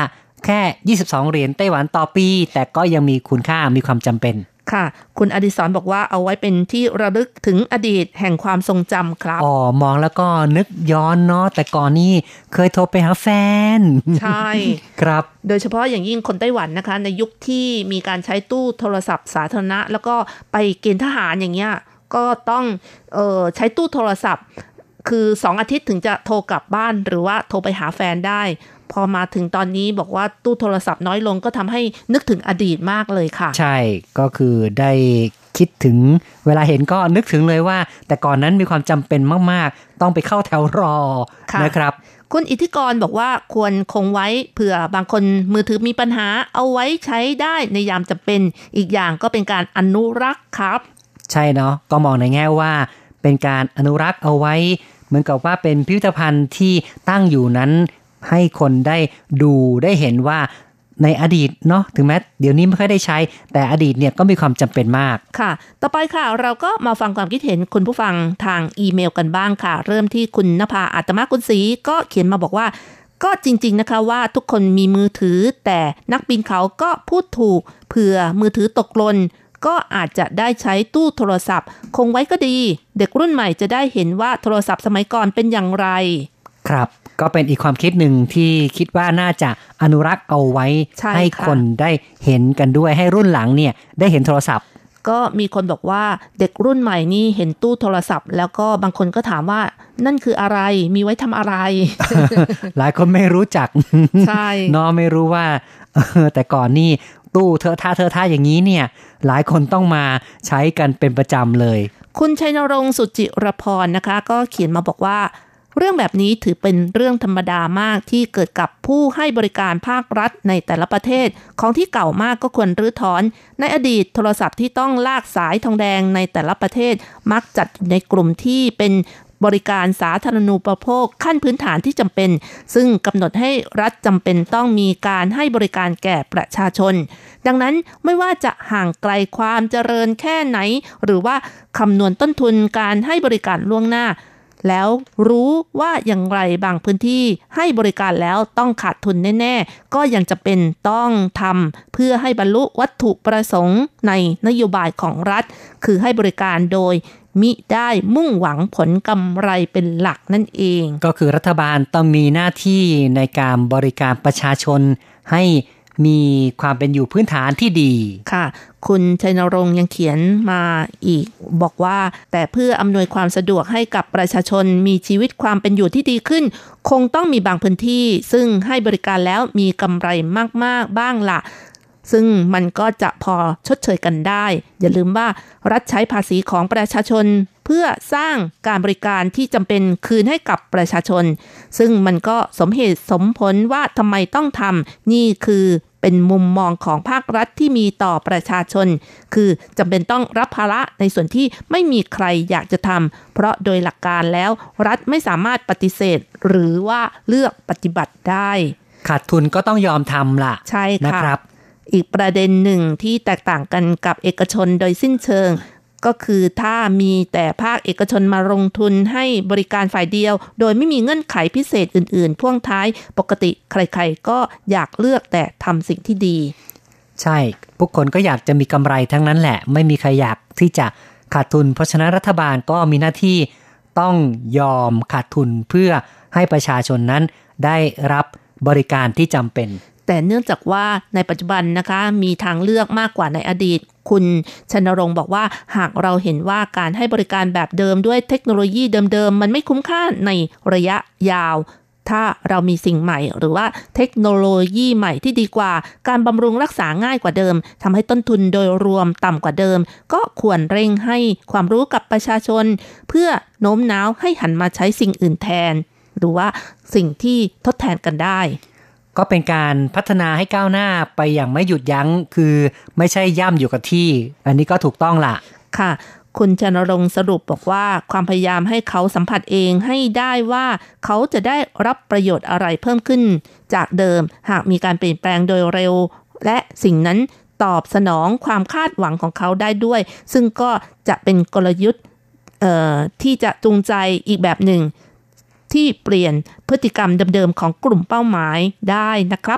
แค่22เหรียญไต้หวันต่อปีแต่ก็ยังมีคุณค่ามีความจำเป็นค่ะคุณอดิศรบอกว่าเอาไว้เป็นที่ระลึกถึงอดีตแห่งความทรงจำครับมองแล้วก็นึกย้อนเนาะแต่ก่อนนี่เคยโทรไปหาแฟนใช่ครับโดยเฉพาะอย่างยิ่งคนไต้หวันนะคะในยุคที่มีการใช้ตู้โทรศัพท์สาธารณะแล้วก็ไปเกณฑ์ทหารอย่างเงี้ยก็ต้องใช้ตู้โทรศัพท์คือ2อาทิตย์ถึงจะโทรกลับบ้านหรือว่าโทรไปหาแฟนได้พอมาถึงตอนนี้บอกว่าตู้โทรศัพท์น้อยลงก็ทำให้นึกถึงอดีตมากเลยค่ะใช่ก็คือได้คิดถึงเวลาเห็นก็นึกถึงเลยว่าแต่ก่อนนั้นมีความจำเป็นมากๆต้องไปเข้าแถวรอนะครับคุณอิทธิกรบอกว่าควรคงไว้เผื่อบางคนมือถือมีปัญหาเอาไว้ใช้ได้ในยามจำเป็นอีกอย่างก็เป็นการอนุรักษ์ครับใช่เนาะก็มองในแง่ว่าเป็นการอนุรักษ์เอาไว้เหมือนกับว่าเป็นพิพิธภัณฑ์ที่ตั้งอยู่นั้นให้คนได้ดูได้เห็นว่าในอดีตเนาะถึงแม้เดี๋ยวนี้ไม่ค่อยได้ใช้แต่อดีตเนี่ยก็มีความจำเป็นมากค่ะต่อไปค่ะเราก็มาฟังความคิดเห็นคุณผู้ฟังทางอีเมลกันบ้างค่ะเริ่มที่คุณณภาอาตมกุลศรีก็เขียนมาบอกว่าก็จริงๆนะคะว่าทุกคนมีมือถือแต่นักบินเขาก็พูดถูกเผื่อมือถือตกหล่นก็อาจจะได้ใช้ตู้โทรศัพท์คงไว้ก็ดีเด็กรุ่นใหม่จะได้เห็นว่าโทรศัพท์สมัยก่อนเป็นอย่างไรครับก็เป็นอีกความคิดหนึ่งที่คิดว่าน่าจะอนุรักษ์เอาไว้ ให้คนได้เห็นกันด้วยให้รุ่นหลังเนี่ยได้เห็นโทรศัพท์ก็มีคนบอกว่าเด็กรุ่นใหม่นี่เห็นตู้โทรศัพท์แล้วก็บางคนก็ถามว่านั่นคืออะไรมีไว้ทำอะไรหลายคนไม่รู้จักใช่เนาะไม่รู้ว่าแต่ก่อนนี่ตู้เธอท่าอย่างนี้เนี่ยหลายคนต้องมาใช้กันเป็นประจำเลยคุณชัยนรงค์สุจิรพรนะคะก็เขียนมาบอกว่าเรื่องแบบนี้ถือเป็นเรื่องธรรมดามากที่เกิดกับผู้ให้บริการภาครัฐในแต่ละประเทศของที่เก่ามากก็ควรรื้อถอนในอดีตโทรศัพท์ที่ต้องลากสายทองแดงในแต่ละประเทศมักจัดในกลุ่มที่เป็นบริการสาธารณูปโภคขั้นพื้นฐานที่จำเป็นซึ่งกำหนดให้รัฐจำเป็นต้องมีการให้บริการแก่ประชาชนดังนั้นไม่ว่าจะห่างไกลความเจริญแค่ไหนหรือว่าคำนวณต้นทุนการให้บริการล่วงหน้าแล้วรู้ว่าอย่างไรบางพื้นที่ให้บริการแล้วต้องขาดทุนแน่ๆก็ยังจะเป็นต้องทำเพื่อให้บรรลุวัตถุประสงค์ในนโยบายของรัฐคือให้บริการโดยมิได้มุ่งหวังผลกำไรเป็นหลักนั่นเองก็คือรัฐบาลต้องมีหน้าที่ในการบริการประชาชนให้มีความเป็นอยู่พื้นฐานที่ดีค่ะคุณชัยนรงค์ยังเขียนมาอีกบอกว่าแต่เพื่ออำนวยความสะดวกให้กับประชาชนมีชีวิตความเป็นอยู่ที่ดีขึ้นคงต้องมีบางพื้นที่ซึ่งให้บริการแล้วมีกำไรมากๆบ้างล่ะซึ่งมันก็จะพอชดเชยกันได้อย่าลืมว่ารัฐใช้ภาษีของประชาชนเพื่อสร้างการบริการที่จำเป็นคืนให้กับประชาชนซึ่งมันก็สมเหตุสมผลว่าทำไมต้องทำนี่คือเป็นมุมมองของภาครัฐที่มีต่อประชาชนคือจำเป็นต้องรับภาระในส่วนที่ไม่มีใครอยากจะทำเพราะโดยหลักการแล้วรัฐไม่สามารถปฏิเสธหรือว่าเลือกปฏิบัติได้ขาดทุนก็ต้องยอมทำล่ะใช่ค่ะนะครับอีกประเด็นหนึ่งที่แตกต่างกันกับเอกชนโดยสิ้นเชิงก็คือถ้ามีแต่ภาคเอกชนมาลงทุนให้บริการฝ่ายเดียวโดยไม่มีเงื่อนไขพิเศษอื่นๆพ่วงท้ายปกติใครๆก็อยากเลือกแต่ทำสิ่งที่ดีใช่ผู้คนก็อยากจะมีกำไรทั้งนั้นแหละไม่มีใครอยากที่จะขาดทุนเพราะฉะนั้นรัฐบาลก็มีหน้าที่ต้องยอมขาดทุนเพื่อให้ประชาชนนั้นได้รับบริการที่จำเป็นแต่เนื่องจากว่าในปัจจุบันนะคะมีทางเลือกมากกว่าในอดีตคุณชนรงค์บอกว่าหากเราเห็นว่าการให้บริการแบบเดิมด้วยเทคโนโลยีเดิมๆมันไม่คุ้มค่าในระยะยาวถ้าเรามีสิ่งใหม่หรือว่าเทคโนโลยีใหม่ที่ดีกว่าการบำรุงรักษาง่ายกว่าเดิมทำให้ต้นทุนโดยรวมต่ำกว่าเดิมก็ควรเร่งให้ความรู้กับประชาชนเพื่อโน้มน้าวให้หันมาใช้สิ่งอื่นแทนหรือว่าสิ่งที่ทดแทนกันได้ก็เป็นการพัฒนาให้ก้าวหน้าไปอย่างไม่หยุดยั้งคือไม่ใช่ย่ำอยู่กับที่อันนี้ก็ถูกต้องล่ะค่ะคุณชนรงค์สรุปบอกว่าความพยายามให้เขาสัมผัสเองให้ได้ว่าเขาจะได้รับประโยชน์อะไรเพิ่มขึ้นจากเดิมหากมีการเปลี่ยนแปลงโดยเร็วและสิ่งนั้นตอบสนองความคาดหวังของเขาได้ด้วยซึ่งก็จะเป็นกลยุทธ์ที่จะจูงใจอีกแบบหนึ่งที่เปลี่ยนพฤติกรรมเดิมๆของกลุ่มเป้าหมายได้นะครับ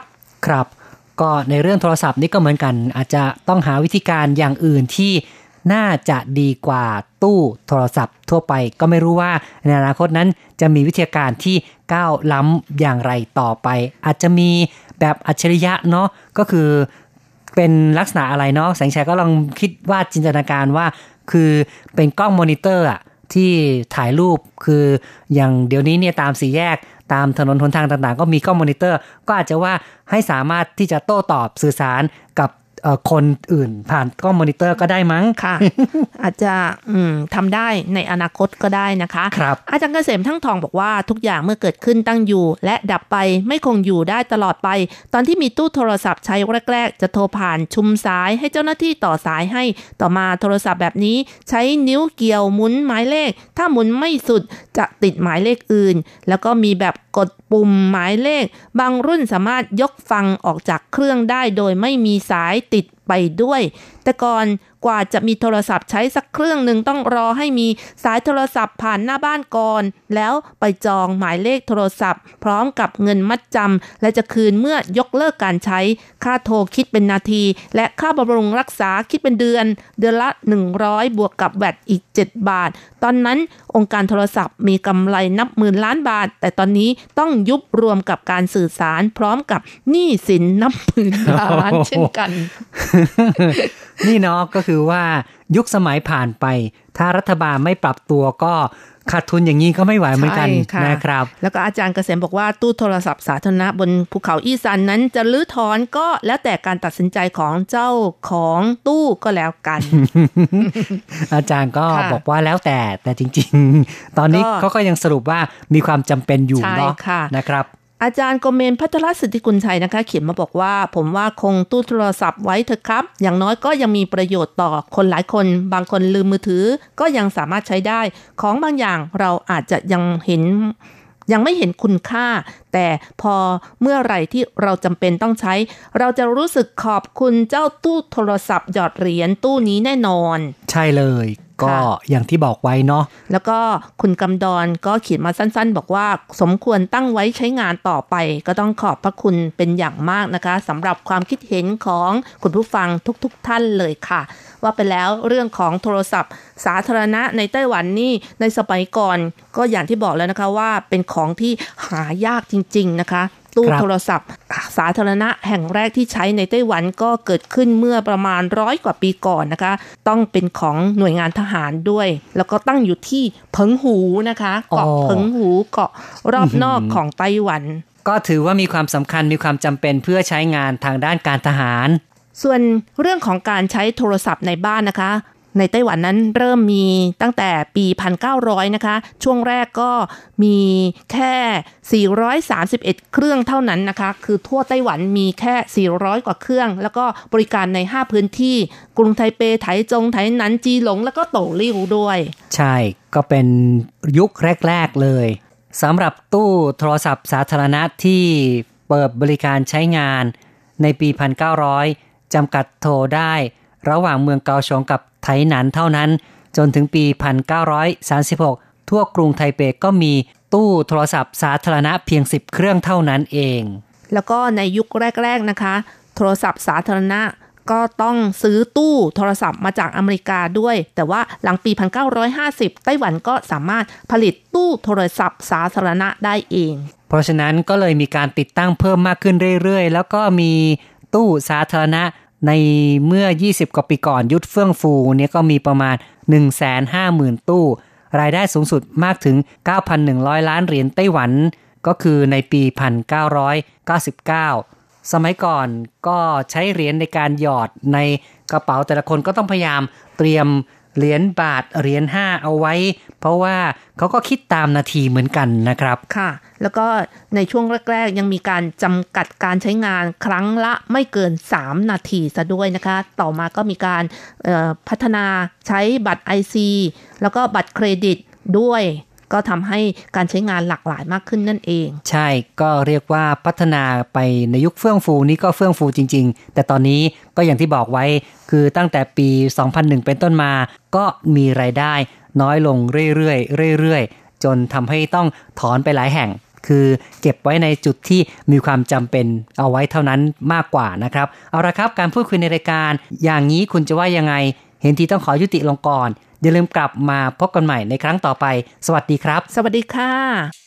ครับก็ในเรื่องโทรศัพท์นี่ก็เหมือนกันอาจจะต้องหาวิธีการอย่างอื่นที่น่าจะดีกว่าตู้โทรศัพท์ทั่วไปก็ไม่รู้ว่าในอนาคตนั้นจะมีวิธีการที่ก้าวล้ำอย่างไรต่อไปอาจจะมีแบบอัจฉริยะเนาะก็คือเป็นลักษณะอะไรเนาะแสงชัยก็ลองคิดว่าจินตนาการว่าคือเป็นกล้องมอนิเตอร์อะที่ถ่ายรูปคืออย่างเดี๋ยวนี้เนี่ยตามสี่แยกตามถนนหนทางต่างๆก็มีกล้องมอนิเตอร์ก็อาจจะว่าให้สามารถที่จะโต้ตอบสื่อสารกับคนอื่นผ่านกล้องมอนิเตอร์ก็ได้มั้งค่ะ อาจจะทำได้ในอนาคตก็ได้นะคะครับอาจารย์เกษมทั้งทองบอกว่าทุกอย่างเมื่อเกิดขึ้นตั้งอยู่และดับไปไม่คงอยู่ได้ตลอดไปตอนที่มีตู้โทรศัพท์ใช้แรกๆจะโทรผ่านชุมสายให้เจ้าหน้าที่ต่อสายให้ต่อมาโทรศัพท์แบบนี้ใช้นิ้วเกี่ยวหมุนหมายเลขถ้าหมุนไม่สุดจะติดหมายเลขอื่นแล้วก็มีแบบกดปุ่มหมายเลขบางรุ่นสามารถยกฟังออกจากเครื่องได้โดยไม่มีสายติดไปด้วยแต่ก่อนกว่าจะมีโทรศัพท์ใช้สักเครื่องหนึ่งต้องรอให้มีสายโทรศัพท์ผ่านหน้าบ้านก่อนแล้วไปจองหมายเลขโทรศัพท์พร้อมกับเงินมัดจำและจะคืนเมื่อยกเลิกการใช้ค่าโทรคิดเป็นนาทีและค่าบำรุงรักษาคิดเป็นเดือนละ100บวกกับแวตอีก7 บาทตอนนั้นองค์การโทรศัพท์มีกำไรนับหมื่นล้านบาทแต่ตอนนี้ต้องยุบรวมกับการสื่อสารพร้อมกับหนี้สินนับหมื่นล้านเช่นกันนี่เนาะก็คือว่ายุคสมัยผ่านไปถ้ารัฐบาลไม่ปรับตัวก็ขาดทุนอย่างนี้ก็ไม่ไหวเหมือนกันนะครับแล้วก็อาจารย์เกษมบอกว่าตู้โทรศัพท์สาธารณะบนภูเขาอีซันนั้นจะรื้อถอนก็แล้วแต่การตัดสินใจของเจ้าของตู้ก็แล้วกันอาจารย์ก็บอกว่าแล้วแต่จริงๆตอนนี้เขาก็ยังสรุปว่ามีความจำเป็นอยู่เนาะนะครับอาจารย์โกเมนพัทรสิทธิกุลชัยนะคะเขียนมาบอกว่าผมว่าคงตู้โทรศัพท์ไว้เถอะครับอย่างน้อยก็ยังมีประโยชน์ต่อคนหลายคนบางคนลืมมือถือก็ยังสามารถใช้ได้ของบางอย่างเราอาจจะยังไม่เห็นคุณค่าแต่พอเมื่อไหร่ที่เราจำเป็นต้องใช้เราจะรู้สึกขอบคุณเจ้าตู้โทรศัพท์หยอดเหรียญตู้นี้แน่นอนใช่เลยก็อย่างที่บอกไว้เนาะแล้วก็คุณกำดอนก็เขียนมาสั้นๆบอกว่าสมควรตั้งไว้ใช้งานต่อไปก็ต้องขอบพระคุณเป็นอย่างมากนะคะสำหรับความคิดเห็นของคุณผู้ฟังทุกๆท่านเลยค่ะว่าไปแล้วเรื่องของโทรศัพท์สาธารณะในไต้หวันนี่ในสมัยก่อนก็อย่างที่บอกแล้วนะคะว่าเป็นของที่หายากจริงๆนะคะตู้โทรศัพท์สาธารณะแห่งแรกที่ใช้ในไต้หวันก็เกิดขึ้นเมื่อประมาณ100 กว่าปีก่อนนะคะต้องเป็นของหน่วยงานทหารด้วยแล้วก็ตั้งอยู่ที่เพิงหูนะคะเกาะเพิงหูเกาะรอบนอกของไต้หวันก็ถือว่ามีความสำคัญมีความจำเป็นเพื่อใช้งานทางด้านการทหารส่วนเรื่องของการใช้โทรศัพท์ในบ้านนะคะในไต้หวันนั้นเริ่มมีตั้งแต่ปี1900นะคะช่วงแรกก็มีแค่431เครื่องเท่านั้นนะคะคือทั่วไต้หวันมีแค่400กว่าเครื่องแล้วก็บริการใน5พื้นที่กรุงไทเปไถจงไถหนันจีหลงแล้วก็โตลิ่วด้วยใช่ก็เป็นยุคแรกๆเลยสำหรับตู้โทรศัพท์สาธารณะที่เปิดบริการใช้งานในปี1900จำกัดโทรได้ระหว่างเมืองเกาฉงกับไถหนานเท่านั้นจนถึงปี1936ทั่วกรุงไทเปก็มีตู้โทรศัพท์สาธารณะเพียง10เครื่องเท่านั้นเองแล้วก็ในยุคแรกๆนะคะโทรศัพท์สาธารณะก็ต้องซื้อตู้โทรศัพท์มาจากอเมริกาด้วยแต่ว่าหลังปี1950ไต้หวันก็สามารถผลิตตู้โทรศัพท์สาธารณะได้เองเพราะฉะนั้นก็เลยมีการติดตั้งเพิ่มมากขึ้นเรื่อยๆแล้วก็มีตู้สาธารณะในเมื่อ20 กว่าปีก่อนยุคเฟื่องฟูเนี่ยก็มีประมาณ 150,000 ตู้รายได้สูงสุดมากถึง 9,100 ล้านเหรียญไต้หวันก็คือในปี1999สมัยก่อนก็ใช้เหรียญในการหยอดในกระเป๋าแต่ละคนก็ต้องพยายามเตรียมเหรียญบาทเหรียญ5เอาไว้เพราะว่าเขาก็คิดตามนาทีเหมือนกันนะครับค่ะแล้วก็ในช่วงแรกๆยังมีการจำกัดการใช้งานครั้งละไม่เกิน3นาทีซะด้วยนะคะต่อมาก็มีการพัฒนาใช้บัตร IC แล้วก็บัตรเครดิตด้วยก็ทำให้การใช้งานหลากหลายมากขึ้นนั่นเองใช่ก็เรียกว่าพัฒนาไปในยุคเฟื่องฟูนี้ก็เฟื่องฟูจริงๆแต่ตอนนี้ก็อย่างที่บอกไว้คือตั้งแต่ปี2001เป็นต้นมาก็มีรายได้น้อยลงเรื่อยๆจนทำให้ต้องถอนไปหลายแห่งคือเก็บไว้ในจุดที่มีความจำเป็นเอาไว้เท่านั้นมากกว่านะครับเอาละครับการพูดคุยในรายการอย่างนี้คุณจะว่ายังไงเห็นทีต้องขอยุติลงก่อนอย่าลืมกลับมาพบกันใหม่ในครั้งต่อไปสวัสดีครับสวัสดีค่ะ